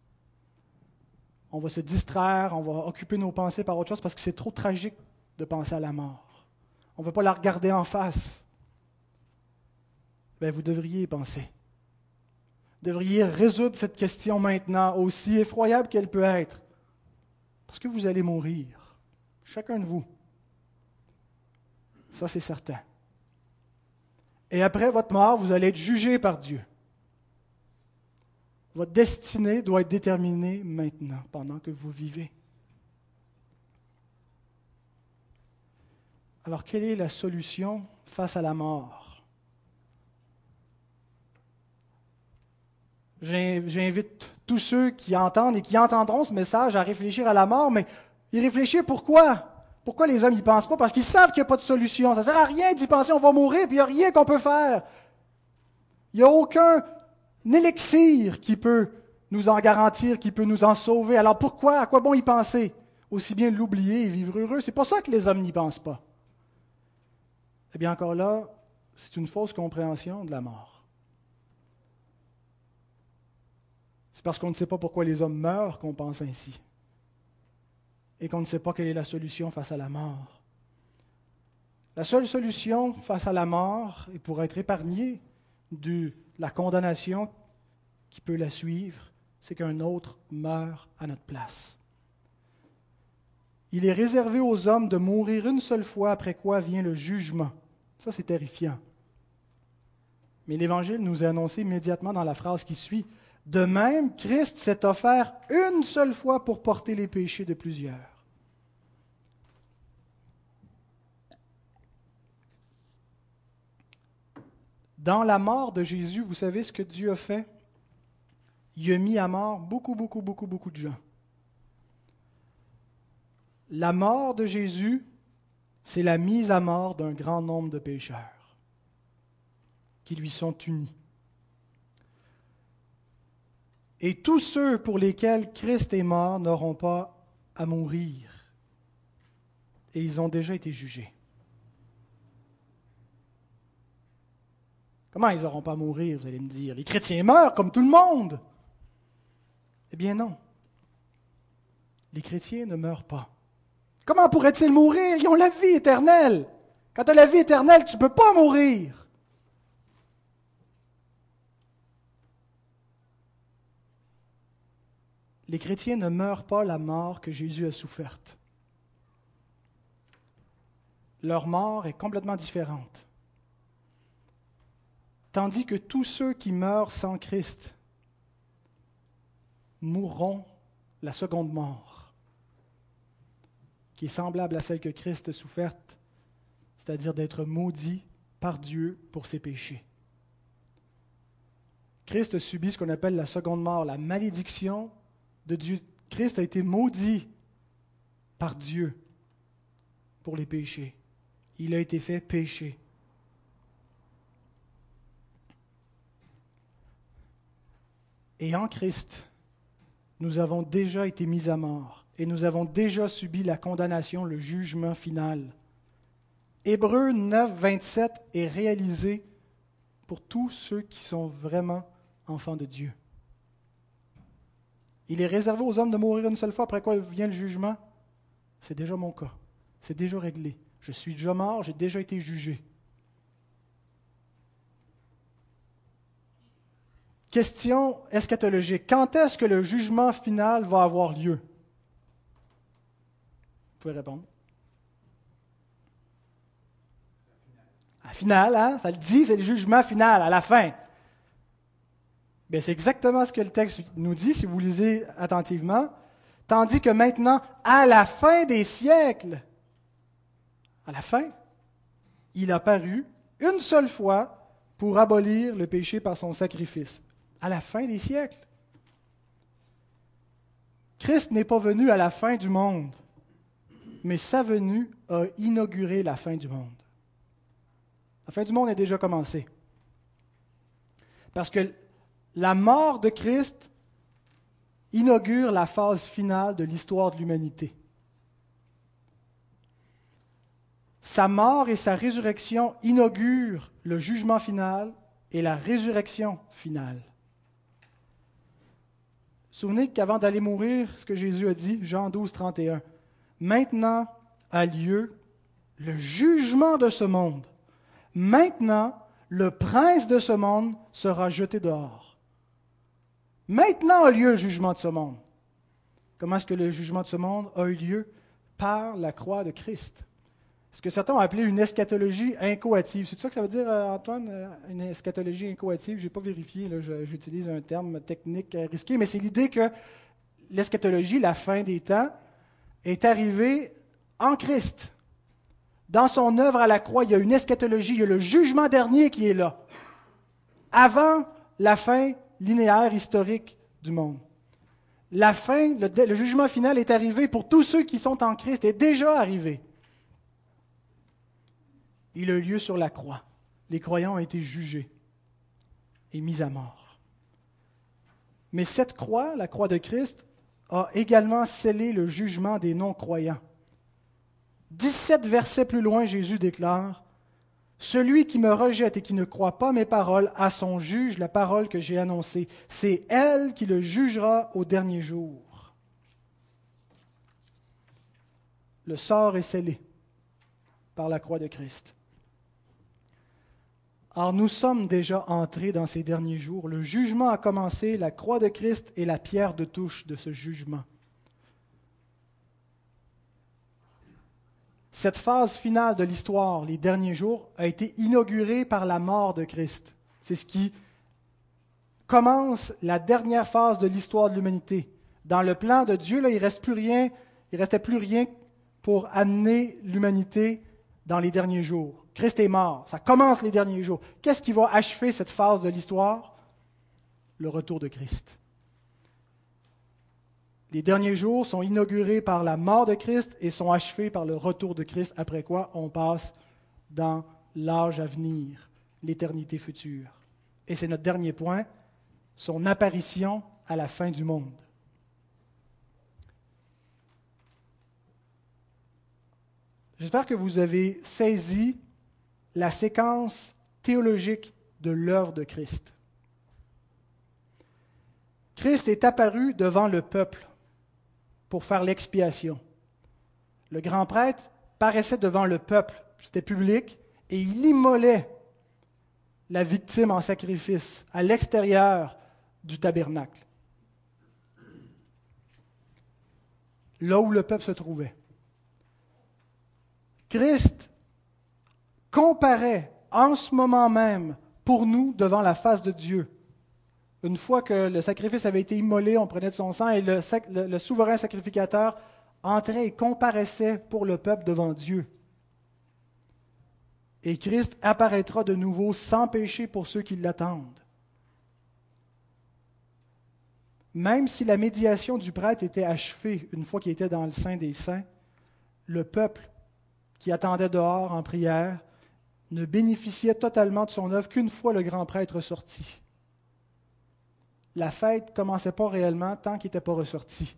On va se distraire, on va occuper nos pensées par autre chose parce que c'est trop tragique de penser à la mort. On ne veut pas la regarder en face. Bien, vous devriez y penser. Vous devriez résoudre cette question maintenant, aussi effroyable qu'elle peut être. Parce que vous allez mourir. Chacun de vous. Ça, c'est certain. Et après votre mort, vous allez être jugé par Dieu. Votre destinée doit être déterminée maintenant, pendant que vous vivez. Alors, quelle est la solution face à la mort? J'invite tous ceux qui entendent et qui entendront ce message à réfléchir à la mort, mais y réfléchir pourquoi? Pourquoi les hommes n'y pensent pas? Parce qu'ils savent qu'il n'y a pas de solution. Ça ne sert à rien d'y penser, on va mourir, puis il n'y a rien qu'on peut faire. Il n'y a aucun élixir qui peut nous en garantir, qui peut nous en sauver. Alors pourquoi? À quoi bon y penser? Aussi bien l'oublier et vivre heureux. C'est pour ça que les hommes n'y pensent pas. Eh bien, encore là, c'est une fausse compréhension de la mort. C'est parce qu'on ne sait pas pourquoi les hommes meurent qu'on pense ainsi. Et qu'on ne sait pas quelle est la solution face à la mort. La seule solution face à la mort, et pour être épargné de la condamnation qui peut la suivre, c'est qu'un autre meure à notre place. Il est réservé aux hommes de mourir une seule fois, après quoi vient le jugement. Ça, c'est terrifiant. Mais l'Évangile nous est annoncé immédiatement dans la phrase qui suit. De même, Christ s'est offert une seule fois pour porter les péchés de plusieurs. Dans la mort de Jésus, vous savez ce que Dieu a fait? Il a mis à mort beaucoup de gens. La mort de Jésus, c'est la mise à mort d'un grand nombre de pécheurs qui lui sont unis. Et tous ceux pour lesquels Christ est mort n'auront pas à mourir. Et ils ont déjà été jugés. Comment ils n'auront pas à mourir, vous allez me dire? Les chrétiens meurent comme tout le monde. Eh bien non. Les chrétiens ne meurent pas. Comment pourraient-ils mourir? Ils ont la vie éternelle. Quand tu as la vie éternelle, tu ne peux pas mourir. Les chrétiens ne meurent pas la mort que Jésus a soufferte. Leur mort est complètement différente. Tandis que tous ceux qui meurent sans Christ mourront la seconde mort, qui est semblable à celle que Christ a soufferte, c'est-à-dire d'être maudit par Dieu pour ses péchés. Christ a subi ce qu'on appelle la seconde mort, la malédiction de Dieu. Christ a été maudit par Dieu pour les péchés. Il a été fait péché. Et en Christ, nous avons déjà été mis à mort et nous avons déjà subi la condamnation, le jugement final. Hébreux 9, 27 est réalisé pour tous ceux qui sont vraiment enfants de Dieu. Il est réservé aux hommes de mourir une seule fois, après quoi vient le jugement. C'est déjà mon cas. C'est déjà réglé. Je suis déjà mort, j'ai déjà été jugé. Question eschatologique. Quand est-ce que le jugement final va avoir lieu? Vous pouvez répondre. À la finale, hein? Ça le dit, c'est le jugement final, à la fin. Bien, c'est exactement ce que le texte nous dit, si vous lisez attentivement. Tandis que maintenant, à la fin des siècles, à la fin, il a paru une seule fois pour abolir le péché par son sacrifice. À la fin des siècles. Christ n'est pas venu à la fin du monde, mais sa venue a inauguré la fin du monde. La fin du monde est déjà commencée. Parce que la mort de Christ inaugure la phase finale de l'histoire de l'humanité. Sa mort et sa résurrection inaugurent le jugement final et la résurrection finale. Souvenez qu'avant d'aller mourir, ce que Jésus a dit, Jean 12, 31, « Maintenant a lieu le jugement de ce monde. Maintenant, le prince de ce monde sera jeté dehors. » Maintenant a lieu le jugement de ce monde. Comment est-ce que le jugement de ce monde a eu lieu? Par la croix de Christ. Ce que certains ont appelé une eschatologie incoative. C'est ça que ça veut dire, Antoine, une eschatologie incoative? Je n'ai pas vérifié, là, j'utilise un terme technique risqué, mais c'est l'idée que l'eschatologie, la fin des temps, est arrivée en Christ. Dans son œuvre à la croix, il y a une eschatologie, il y a le jugement dernier qui est là, avant la fin linéaire, historique du monde. La fin, le jugement final est arrivé pour tous ceux qui sont en Christ, est déjà arrivé. Il a eu lieu sur la croix. Les croyants ont été jugés et mis à mort. Mais cette croix, la croix de Christ, a également scellé le jugement des non-croyants. 17 versets plus loin, Jésus déclare, « Celui qui me rejette et qui ne croit pas mes paroles a son juge la parole que j'ai annoncée. C'est elle qui le jugera au dernier jour. » Le sort est scellé par la croix de Christ. Or, nous sommes déjà entrés dans ces derniers jours. Le jugement a commencé, la croix de Christ est la pierre de touche de ce jugement. Cette phase finale de l'histoire, les derniers jours, a été inaugurée par la mort de Christ. C'est ce qui commence la dernière phase de l'histoire de l'humanité. Dans le plan de Dieu, là, il ne restait plus rien pour amener l'humanité dans les derniers jours. Christ est mort, ça commence les derniers jours. Qu'est-ce qui va achever cette phase de l'histoire? Le retour de Christ. Les derniers jours sont inaugurés par la mort de Christ et sont achevés par le retour de Christ, après quoi on passe dans l'âge à venir, l'éternité future. Et c'est notre dernier point, son apparition à la fin du monde. J'espère que vous avez saisi la séquence théologique de l'œuvre de Christ. Christ est apparu devant le peuple pour faire l'expiation. Le grand prêtre paraissait devant le peuple, c'était public, et il immolait la victime en sacrifice à l'extérieur du tabernacle, là où le peuple se trouvait. Christ comparaît en ce moment même pour nous devant la face de Dieu. Une fois que le sacrifice avait été immolé, on prenait de son sang et le souverain sacrificateur entrait et comparaissait pour le peuple devant Dieu. Et Christ apparaîtra de nouveau sans péché pour ceux qui l'attendent. Même si la médiation du prêtre était achevée une fois qu'il était dans le Saint des Saints, le peuple qui attendait dehors en prière ne bénéficiait totalement de son œuvre qu'une fois le grand prêtre sorti. La fête ne commençait pas réellement tant qu'il n'était pas ressorti.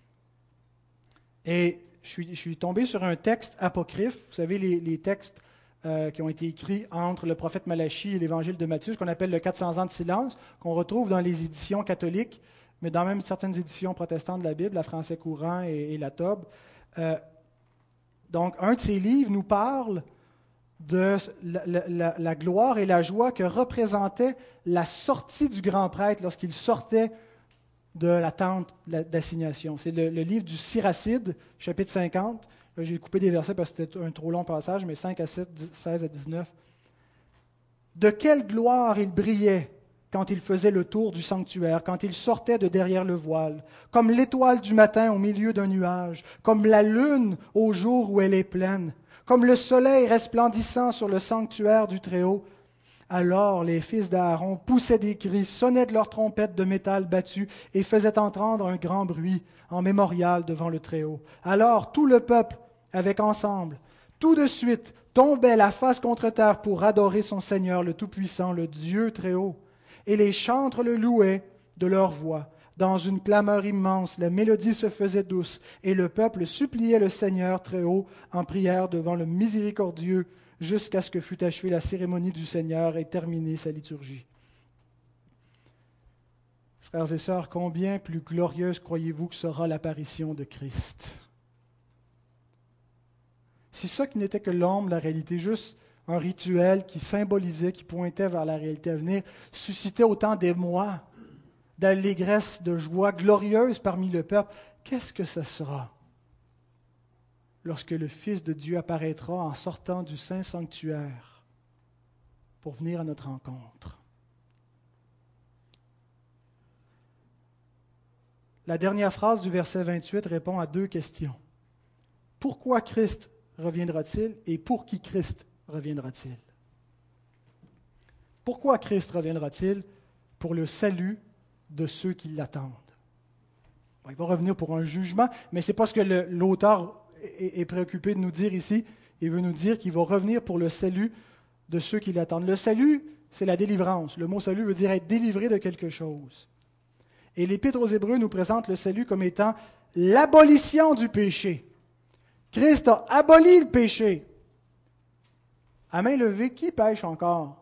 Et je suis tombé sur un texte apocryphe, vous savez, les textes qui ont été écrits entre le prophète Malachie et l'évangile de Matthieu, ce qu'on appelle le 400 ans de silence, qu'on retrouve dans les éditions catholiques, mais dans même certaines éditions protestantes de la Bible, la Français courant et la Tobe. Donc, un de ces livres nous parle de la gloire et la joie que représentait la sortie du grand prêtre lorsqu'il sortait de la tente d'assignation. C'est le livre du Siracide, chapitre 50. Là, j'ai coupé des versets parce que c'était un trop long passage, mais 5 à 7, 16 à 19. De quelle gloire il brillait quand il faisait le tour du sanctuaire, quand il sortait de derrière le voile, comme l'étoile du matin au milieu d'un nuage, comme la lune au jour où elle est pleine, comme le soleil resplendissant sur le sanctuaire du Très-Haut. Alors les fils d'Aaron poussaient des cris, sonnaient de leurs trompettes de métal battu et faisaient entendre un grand bruit en mémorial devant le Très-Haut. Alors tout le peuple, avec ensemble, tout de suite, tombait la face contre terre pour adorer son Seigneur, le Tout-Puissant, le Dieu Très-Haut. Et les chantres le louaient de leur voix. Dans une clameur immense, la mélodie se faisait douce, et le peuple suppliait le Seigneur Très-Haut en prière devant le miséricordieux, jusqu'à ce que fût achevée la cérémonie du Seigneur et terminée sa liturgie. Frères et sœurs, combien plus glorieuse croyez-vous que sera l'apparition de Christ? C'est ça qui n'était que l'ombre, la réalité, juste un rituel qui symbolisait, qui pointait vers la réalité à venir, suscitait autant d'émoi, d'allégresse, de joie glorieuse parmi le peuple. Qu'est-ce que ça sera lorsque le Fils de Dieu apparaîtra en sortant du Saint Sanctuaire pour venir à notre rencontre? La dernière phrase du verset 28 répond à deux questions. Pourquoi Christ reviendra-t-il et pour qui Christ reviendra-t-il? Pourquoi Christ reviendra-t-il? Pour le salut de ceux qui l'attendent. Bon, il va revenir pour un jugement, mais ce n'est pas ce que l'auteur est préoccupé de nous dire ici. Il veut nous dire qu'il va revenir pour le salut de ceux qui l'attendent. Le salut, c'est la délivrance. Le mot salut veut dire être délivré de quelque chose. Et l'Épître aux Hébreux nous présente le salut comme étant l'abolition du péché. Christ a aboli le péché. À main levée, qui pêche encore?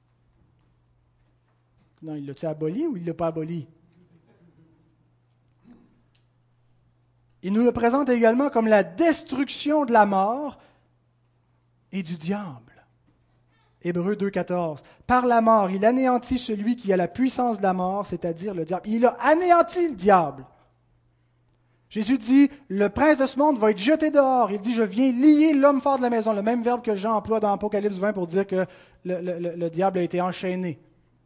Non, il l'a-t-il aboli ou il ne l'a pas aboli? Il nous le présente également comme la destruction de la mort et du diable. Hébreux 2,14. Par la mort, il anéantit celui qui a la puissance de la mort, c'est-à-dire le diable. Il a anéanti le diable. Jésus dit, le prince de ce monde va être jeté dehors. Il dit, je viens lier l'homme fort de la maison. Le même verbe que Jean emploie dans Apocalypse 20 pour dire que le diable a été enchaîné.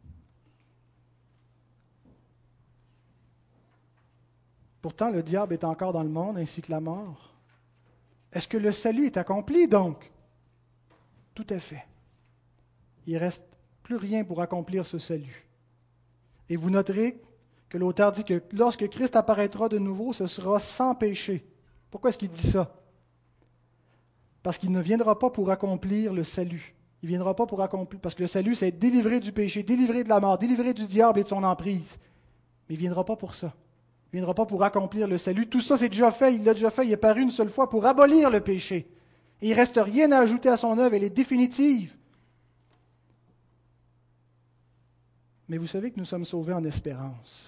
Pourtant, le diable est encore dans le monde, ainsi que la mort. Est-ce que le salut est accompli, donc? Tout à fait. Il ne reste plus rien pour accomplir ce salut. Et vous noterez que l'auteur dit que lorsque Christ apparaîtra de nouveau, ce sera sans péché. Pourquoi est-ce qu'il dit ça? Parce qu'il ne viendra pas pour accomplir le salut. Il ne viendra pas pour accomplir, parce que le salut, c'est être délivré du péché, délivré de la mort, délivré du diable et de son emprise. Mais il ne viendra pas pour ça. Il ne viendra pas pour accomplir le salut. Tout ça, c'est déjà fait. Il l'a déjà fait. Il est paru une seule fois pour abolir le péché. Et il ne reste rien à ajouter à son œuvre. Elle est définitive. Mais vous savez que nous sommes sauvés en espérance.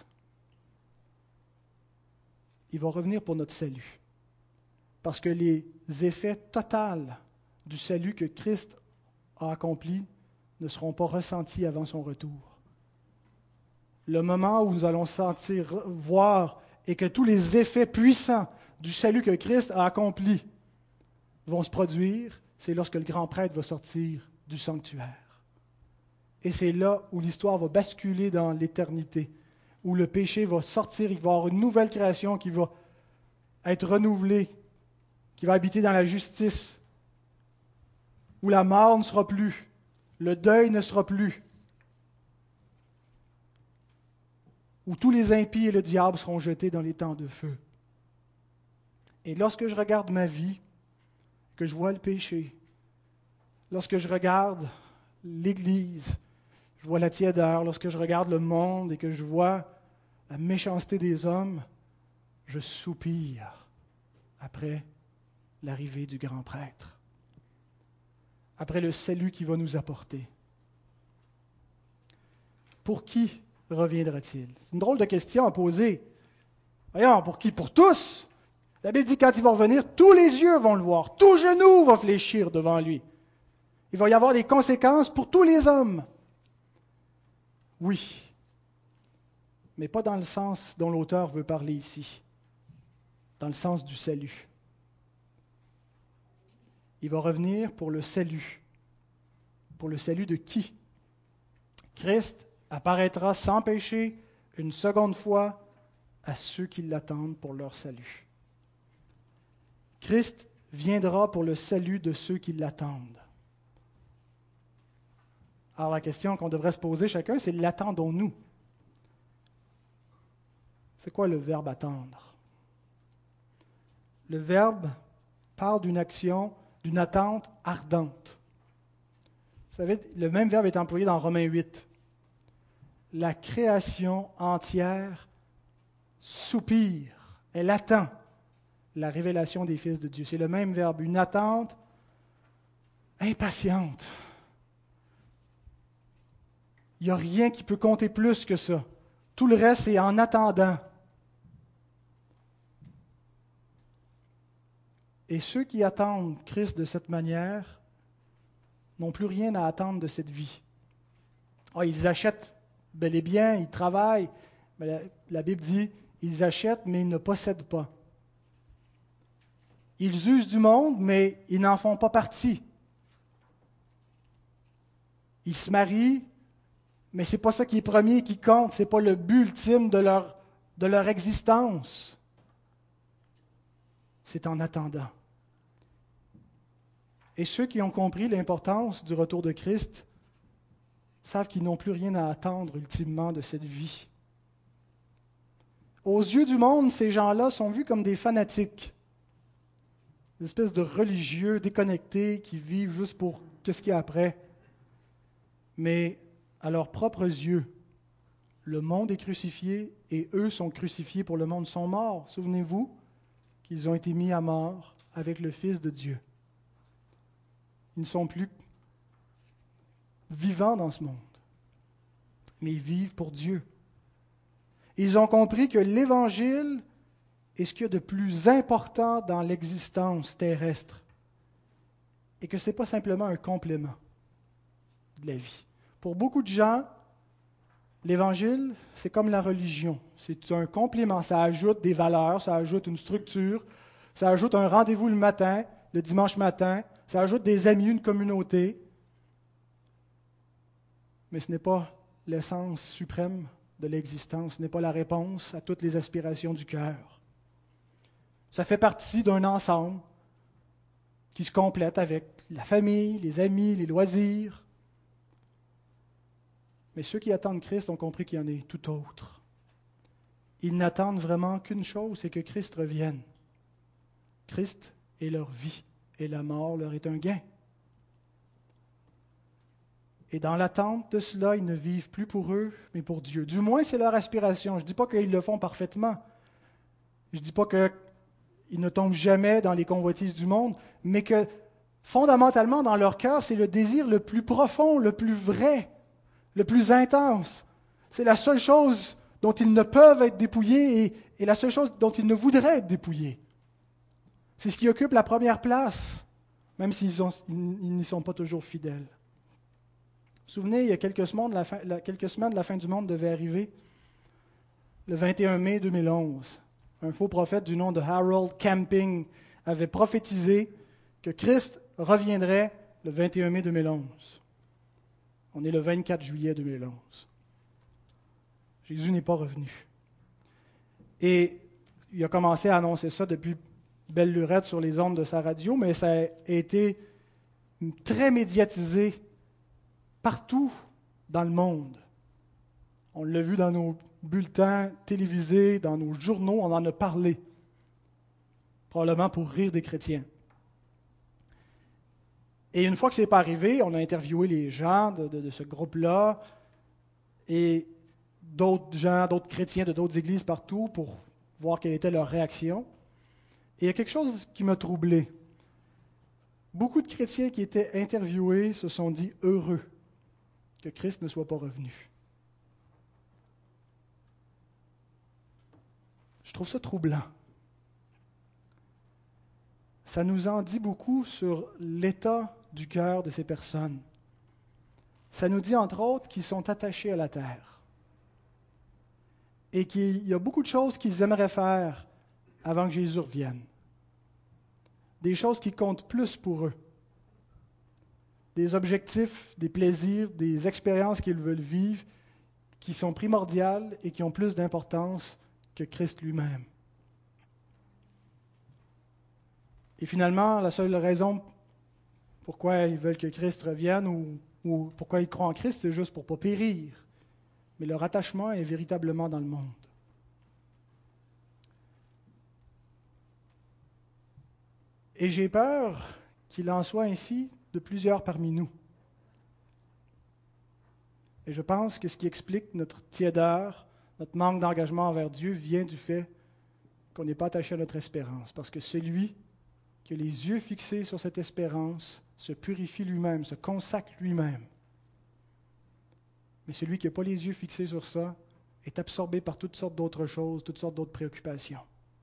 Il va revenir pour notre salut. Parce que les effets totaux du salut que Christ a accompli ne seront pas ressentis avant son retour. Le moment où nous allons sentir, voir, et que tous les effets puissants du salut que Christ a accompli vont se produire, c'est lorsque le grand prêtre va sortir du sanctuaire. Et c'est là où l'histoire va basculer dans l'éternité, où le péché va sortir, il va y avoir une nouvelle création qui va être renouvelée, qui va habiter dans la justice, où la mort ne sera plus, le deuil ne sera plus, où tous les impies et le diable seront jetés dans les temps de feu. Et lorsque je regarde ma vie, que je vois le péché, lorsque je regarde l'Église, je vois la tiédeur, lorsque je regarde le monde et que je vois la méchanceté des hommes, je soupire après l'arrivée du grand prêtre, après le salut qu'il va nous apporter. Pour qui reviendra-t-il? C'est une drôle de question à poser. Voyons, pour qui? Pour tous. La Bible dit que quand il va revenir, tous les yeux vont le voir, tout genou va fléchir devant lui. Il va y avoir des conséquences pour tous les hommes. Oui, mais pas dans le sens dont l'auteur veut parler ici, dans le sens du salut. Il va revenir pour le salut. Pour le salut de qui? Christ apparaîtra sans péché une seconde fois à ceux qui l'attendent pour leur salut. Christ viendra pour le salut de ceux qui l'attendent. Alors la question qu'on devrait se poser chacun, c'est l'attendons-nous? C'est quoi le verbe attendre? Le verbe parle d'une action, d'une attente ardente. Vous savez, le même verbe est employé dans Romains 8. La création entière soupire, elle attend la révélation des fils de Dieu. C'est le même verbe, une attente impatiente. Il n'y a rien qui peut compter plus que ça. Tout le reste, c'est en attendant. Et ceux qui attendent Christ de cette manière n'ont plus rien à attendre de cette vie. Ils achètent bel et bien, ils travaillent, mais la Bible dit, ils achètent, mais ils ne possèdent pas. Ils usent du monde, mais ils n'en font pas partie. Ils se marient, mais ce n'est pas ça qui est premier, qui compte, ce n'est pas le but ultime de leur existence. C'est en attendant. Et ceux qui ont compris l'importance du retour de Christ savent qu'ils n'ont plus rien à attendre ultimement de cette vie. Aux yeux du monde, ces gens-là sont vus comme des fanatiques, des espèces de religieux déconnectés qui vivent juste pour qu'est-ce qu'il y a après. Mais à leurs propres yeux, le monde est crucifié et eux sont crucifiés pour le monde, sont morts. Souvenez-vous qu'ils ont été mis à mort avec le Fils de Dieu. Ils ne sont plus vivants dans ce monde, mais ils vivent pour Dieu. Ils ont compris que l'Évangile est ce qu'il y a de plus important dans l'existence terrestre et que ce n'est pas simplement un complément de la vie. Pour beaucoup de gens, L'Évangile, c'est comme la religion. C'est un complément. Ça ajoute des valeurs, ça ajoute une structure, ça ajoute un rendez-vous le matin, le dimanche matin, ça ajoute des amis, une communauté. Mais ce n'est pas l'essence suprême de l'existence, ce n'est pas la réponse à toutes les aspirations du cœur. Ça fait partie d'un ensemble qui se complète avec la famille, les amis, les loisirs. Mais ceux qui attendent Christ ont compris qu'il y en est tout autre. Ils n'attendent vraiment qu'une chose, c'est que Christ revienne. Christ est leur vie et la mort leur est un gain. Et dans l'attente de cela, ils ne vivent plus pour eux, mais pour Dieu. Du moins, c'est leur aspiration. Je ne dis pas qu'ils le font parfaitement. Je ne dis pas qu'ils ne tombent jamais dans les convoitises du monde, mais que fondamentalement, dans leur cœur, c'est le désir le plus profond, le plus vrai, le plus intense. C'est la seule chose dont ils ne peuvent être dépouillés et la seule chose dont ils ne voudraient être dépouillés. C'est ce qui occupe la première place, même s'ils n'y sont pas toujours fidèles. Vous vous souvenez, il y a quelques semaines, la fin du monde devait arriver, le 21 mai 2011. Un faux prophète du nom de Harold Camping avait prophétisé que Christ reviendrait le 21 mai 2011. On est le 24 juillet 2011. Jésus n'est pas revenu. Et il a commencé à annoncer ça depuis belle lurette sur les ondes de sa radio, mais ça a été très médiatisé partout dans le monde. On l'a vu dans nos bulletins télévisés, dans nos journaux, on en a parlé. Probablement pour rire des chrétiens. Et une fois que c'est pas arrivé, on a interviewé les gens de ce groupe-là et d'autres gens, d'autres chrétiens de d'autres églises partout pour voir quelle était leur réaction. Et il y a quelque chose qui m'a troublé. Beaucoup de chrétiens qui étaient interviewés se sont dit heureux que Christ ne soit pas revenu. Je trouve ça troublant. Ça nous en dit beaucoup sur l'état du cœur de ces personnes. Ça nous dit, entre autres, qu'ils sont attachés à la terre et qu'il y a beaucoup de choses qu'ils aimeraient faire avant que Jésus revienne. Des choses qui comptent plus pour eux. Des objectifs, des plaisirs, des expériences qu'ils veulent vivre qui sont primordiales et qui ont plus d'importance que Christ lui-même. Et finalement, la seule raison pourquoi ils veulent que Christ revienne ou pourquoi ils croient en Christ, c'est juste pour ne pas périr. Mais leur attachement est véritablement dans le monde. Et j'ai peur qu'il en soit ainsi de plusieurs parmi nous. Et je pense que ce qui explique notre tiédeur, notre manque d'engagement envers Dieu vient du fait qu'on n'est pas attaché à notre espérance. Parce que celui qui a les yeux fixés sur cette espérance se purifie lui-même, se consacre lui-même. Mais celui qui n'a pas les yeux fixés sur ça est absorbé par toutes sortes d'autres choses, toutes sortes d'autres préoccupations.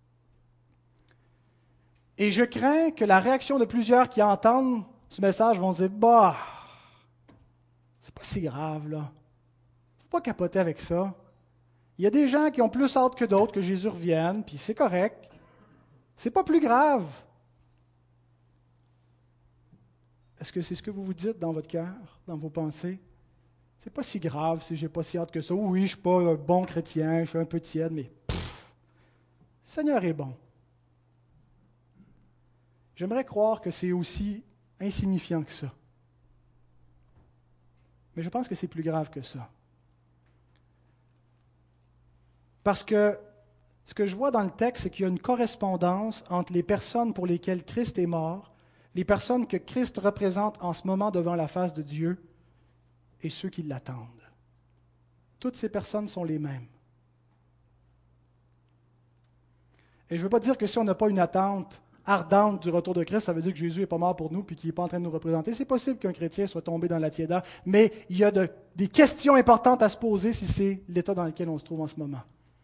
Et je crains que la réaction de plusieurs qui entendent ce message vont se dire « Bah, c'est pas si grave, là. Faut pas capoter avec ça. Il y a des gens qui ont plus hâte que d'autres que Jésus revienne, puis c'est correct. C'est pas plus grave. » Est-ce que c'est ce que vous vous dites dans votre cœur, dans vos pensées? C'est pas si grave si j'ai pas si hâte que ça. Oui, je suis pas un bon chrétien, je suis un peu tiède, mais le Seigneur est bon. J'aimerais croire que c'est aussi insignifiant que ça. Mais je pense que c'est plus grave que ça. Parce que ce que je vois dans le texte, c'est qu'il y a une correspondance entre les personnes pour lesquelles Christ est mort, les personnes que Christ représente en ce moment devant la face de Dieu, et ceux qui l'attendent. Toutes ces personnes sont les mêmes. Et je ne veux pas dire que si on n'a pas une attente ardente du retour de Christ, ça veut dire que Jésus n'est pas mort pour nous et qu'il n'est pas en train de nous représenter. C'est possible qu'un chrétien soit tombé dans la tiédeur, mais il y a des questions importantes à se poser si c'est l'état dans lequel on se trouve en ce moment.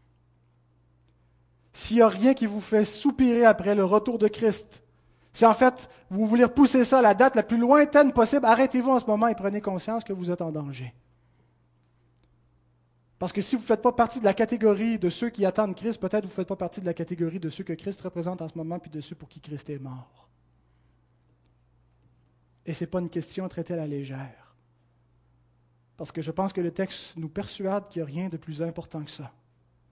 S'il n'y a rien qui vous fait soupirer après le retour de Christ, si en fait vous voulez repousser ça à la date la plus lointaine possible, arrêtez-vous en ce moment et prenez conscience que vous êtes en danger. Parce que si vous ne faites pas partie de la catégorie de ceux qui attendent Christ, peut-être vous ne faites pas partie de la catégorie de ceux que Christ représente en ce moment, puis de ceux pour qui Christ est mort. Et ce n'est pas une question à traiter à la légère. Parce que je pense que le texte nous persuade qu'il n'y a rien de plus important que ça.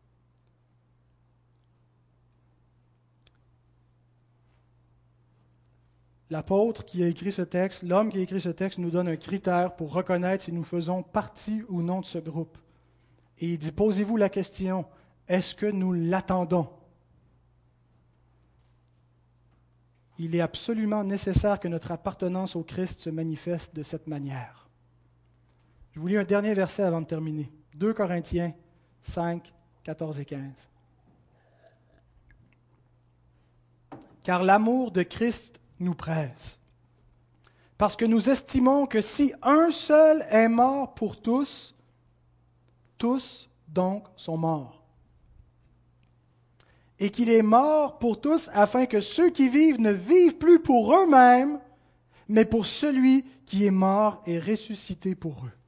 L'apôtre qui a écrit ce texte, l'homme qui a écrit ce texte, nous donne un critère pour reconnaître si nous faisons partie ou non de ce groupe. Et il dit, posez-vous la question, est-ce que nous l'attendons? Il est absolument nécessaire que notre appartenance au Christ se manifeste de cette manière. Je vous lis un dernier verset avant de terminer. 2 Corinthiens 5, 14 et 15. Car l'amour de Christ nous presse, parce que nous estimons que si un seul est mort pour tous, tous donc sont morts. Et qu'il est mort pour tous afin que ceux qui vivent ne vivent plus pour eux-mêmes, mais pour celui qui est mort et ressuscité pour eux.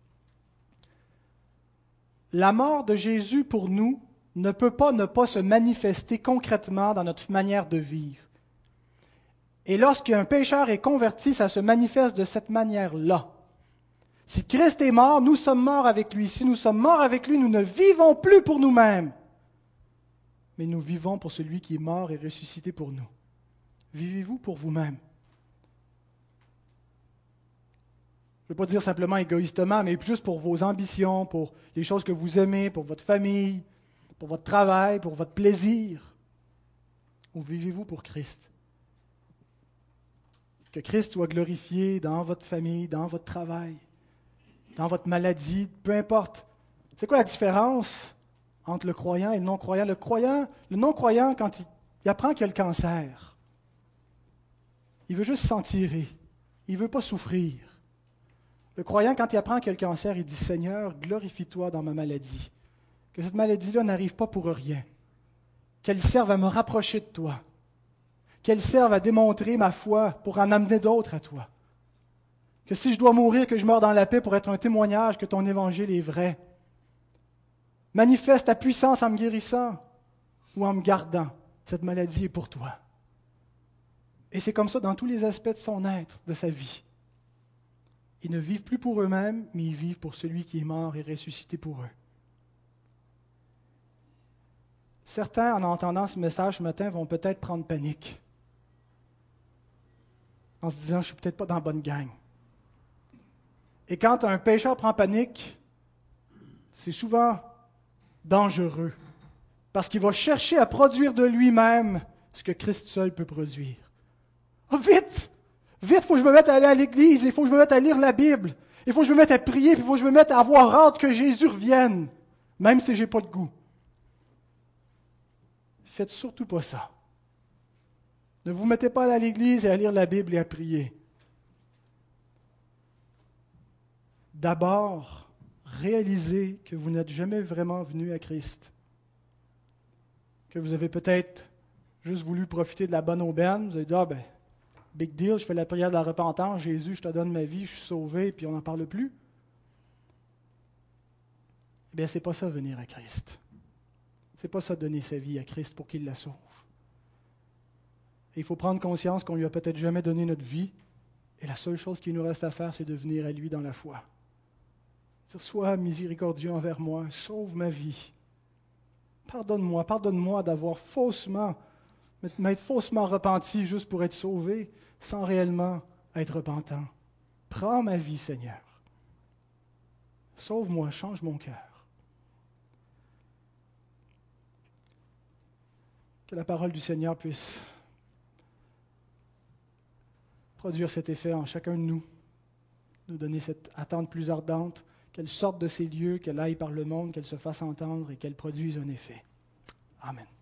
La mort de Jésus pour nous ne peut pas ne pas se manifester concrètement dans notre manière de vivre. Et lorsqu'un pécheur est converti, ça se manifeste de cette manière-là. Si Christ est mort, nous sommes morts avec lui. Si nous sommes morts avec lui, nous ne vivons plus pour nous-mêmes, mais nous vivons pour celui qui est mort et ressuscité pour nous. Vivez-vous pour vous-même? Je ne veux pas dire simplement égoïstement, mais juste pour vos ambitions, pour les choses que vous aimez, pour votre famille, pour votre travail, pour votre plaisir. Ou vivez-vous pour Christ? Que Christ soit glorifié dans votre famille, dans votre travail, dans votre maladie, peu importe. C'est quoi la différence entre le croyant et le non-croyant? Le non-croyant, quand il apprend qu'il a le cancer, il veut juste s'en tirer. Il ne veut pas souffrir. Le croyant, quand il apprend qu'il a le cancer, il dit « Seigneur, glorifie-toi dans ma maladie. Que cette maladie-là n'arrive pas pour rien. Qu'elle serve à me rapprocher de toi. Qu'elle serve à démontrer ma foi pour en amener d'autres à toi. Que si je dois mourir, que je meure dans la paix pour être un témoignage que ton évangile est vrai. Manifeste ta puissance en me guérissant ou en me gardant. Cette maladie est pour toi. » Et c'est comme ça dans tous les aspects de son être, de sa vie. Ils ne vivent plus pour eux-mêmes, mais ils vivent pour celui qui est mort et ressuscité pour eux. Certains, en entendant ce message ce matin, vont peut-être prendre panique, en se disant « je ne suis peut-être pas dans la bonne gang ». Et quand un pécheur prend panique, c'est souvent dangereux, parce qu'il va chercher à produire de lui-même ce que Christ seul peut produire. Oh, vite! Vite, il faut que je me mette à aller à l'église, il faut que je me mette à lire la Bible, il faut que je me mette à prier, puis il faut que je me mette à avoir hâte que Jésus revienne, même si je n'ai pas de goût. Faites surtout pas ça. Ne vous mettez pas à aller à l'église et à lire la Bible et à prier. D'abord, réalisez que vous n'êtes jamais vraiment venu à Christ. Que vous avez peut-être juste voulu profiter de la bonne aubaine. Vous avez dit « Ah ben, big deal, je fais la prière de la repentance, Jésus, je te donne ma vie, je suis sauvé, puis on n'en parle plus. » Eh bien, ce n'est pas ça venir à Christ. Ce n'est pas ça donner sa vie à Christ pour qu'il la sauve. Et il faut prendre conscience qu'on ne lui a peut-être jamais donné notre vie, et la seule chose qui nous reste à faire, c'est de venir à lui dans la foi. Dire, sois miséricordieux envers moi, sauve ma vie. Pardonne-moi d'avoir m'être faussement repenti juste pour être sauvé, sans réellement être repentant. Prends ma vie, Seigneur. Sauve-moi, change mon cœur. Que la parole du Seigneur puisse produire cet effet en chacun de nous, nous donner cette attente plus ardente, qu'elle sorte de ces lieux, qu'elle aille par le monde, qu'elle se fasse entendre et qu'elle produise un effet. Amen.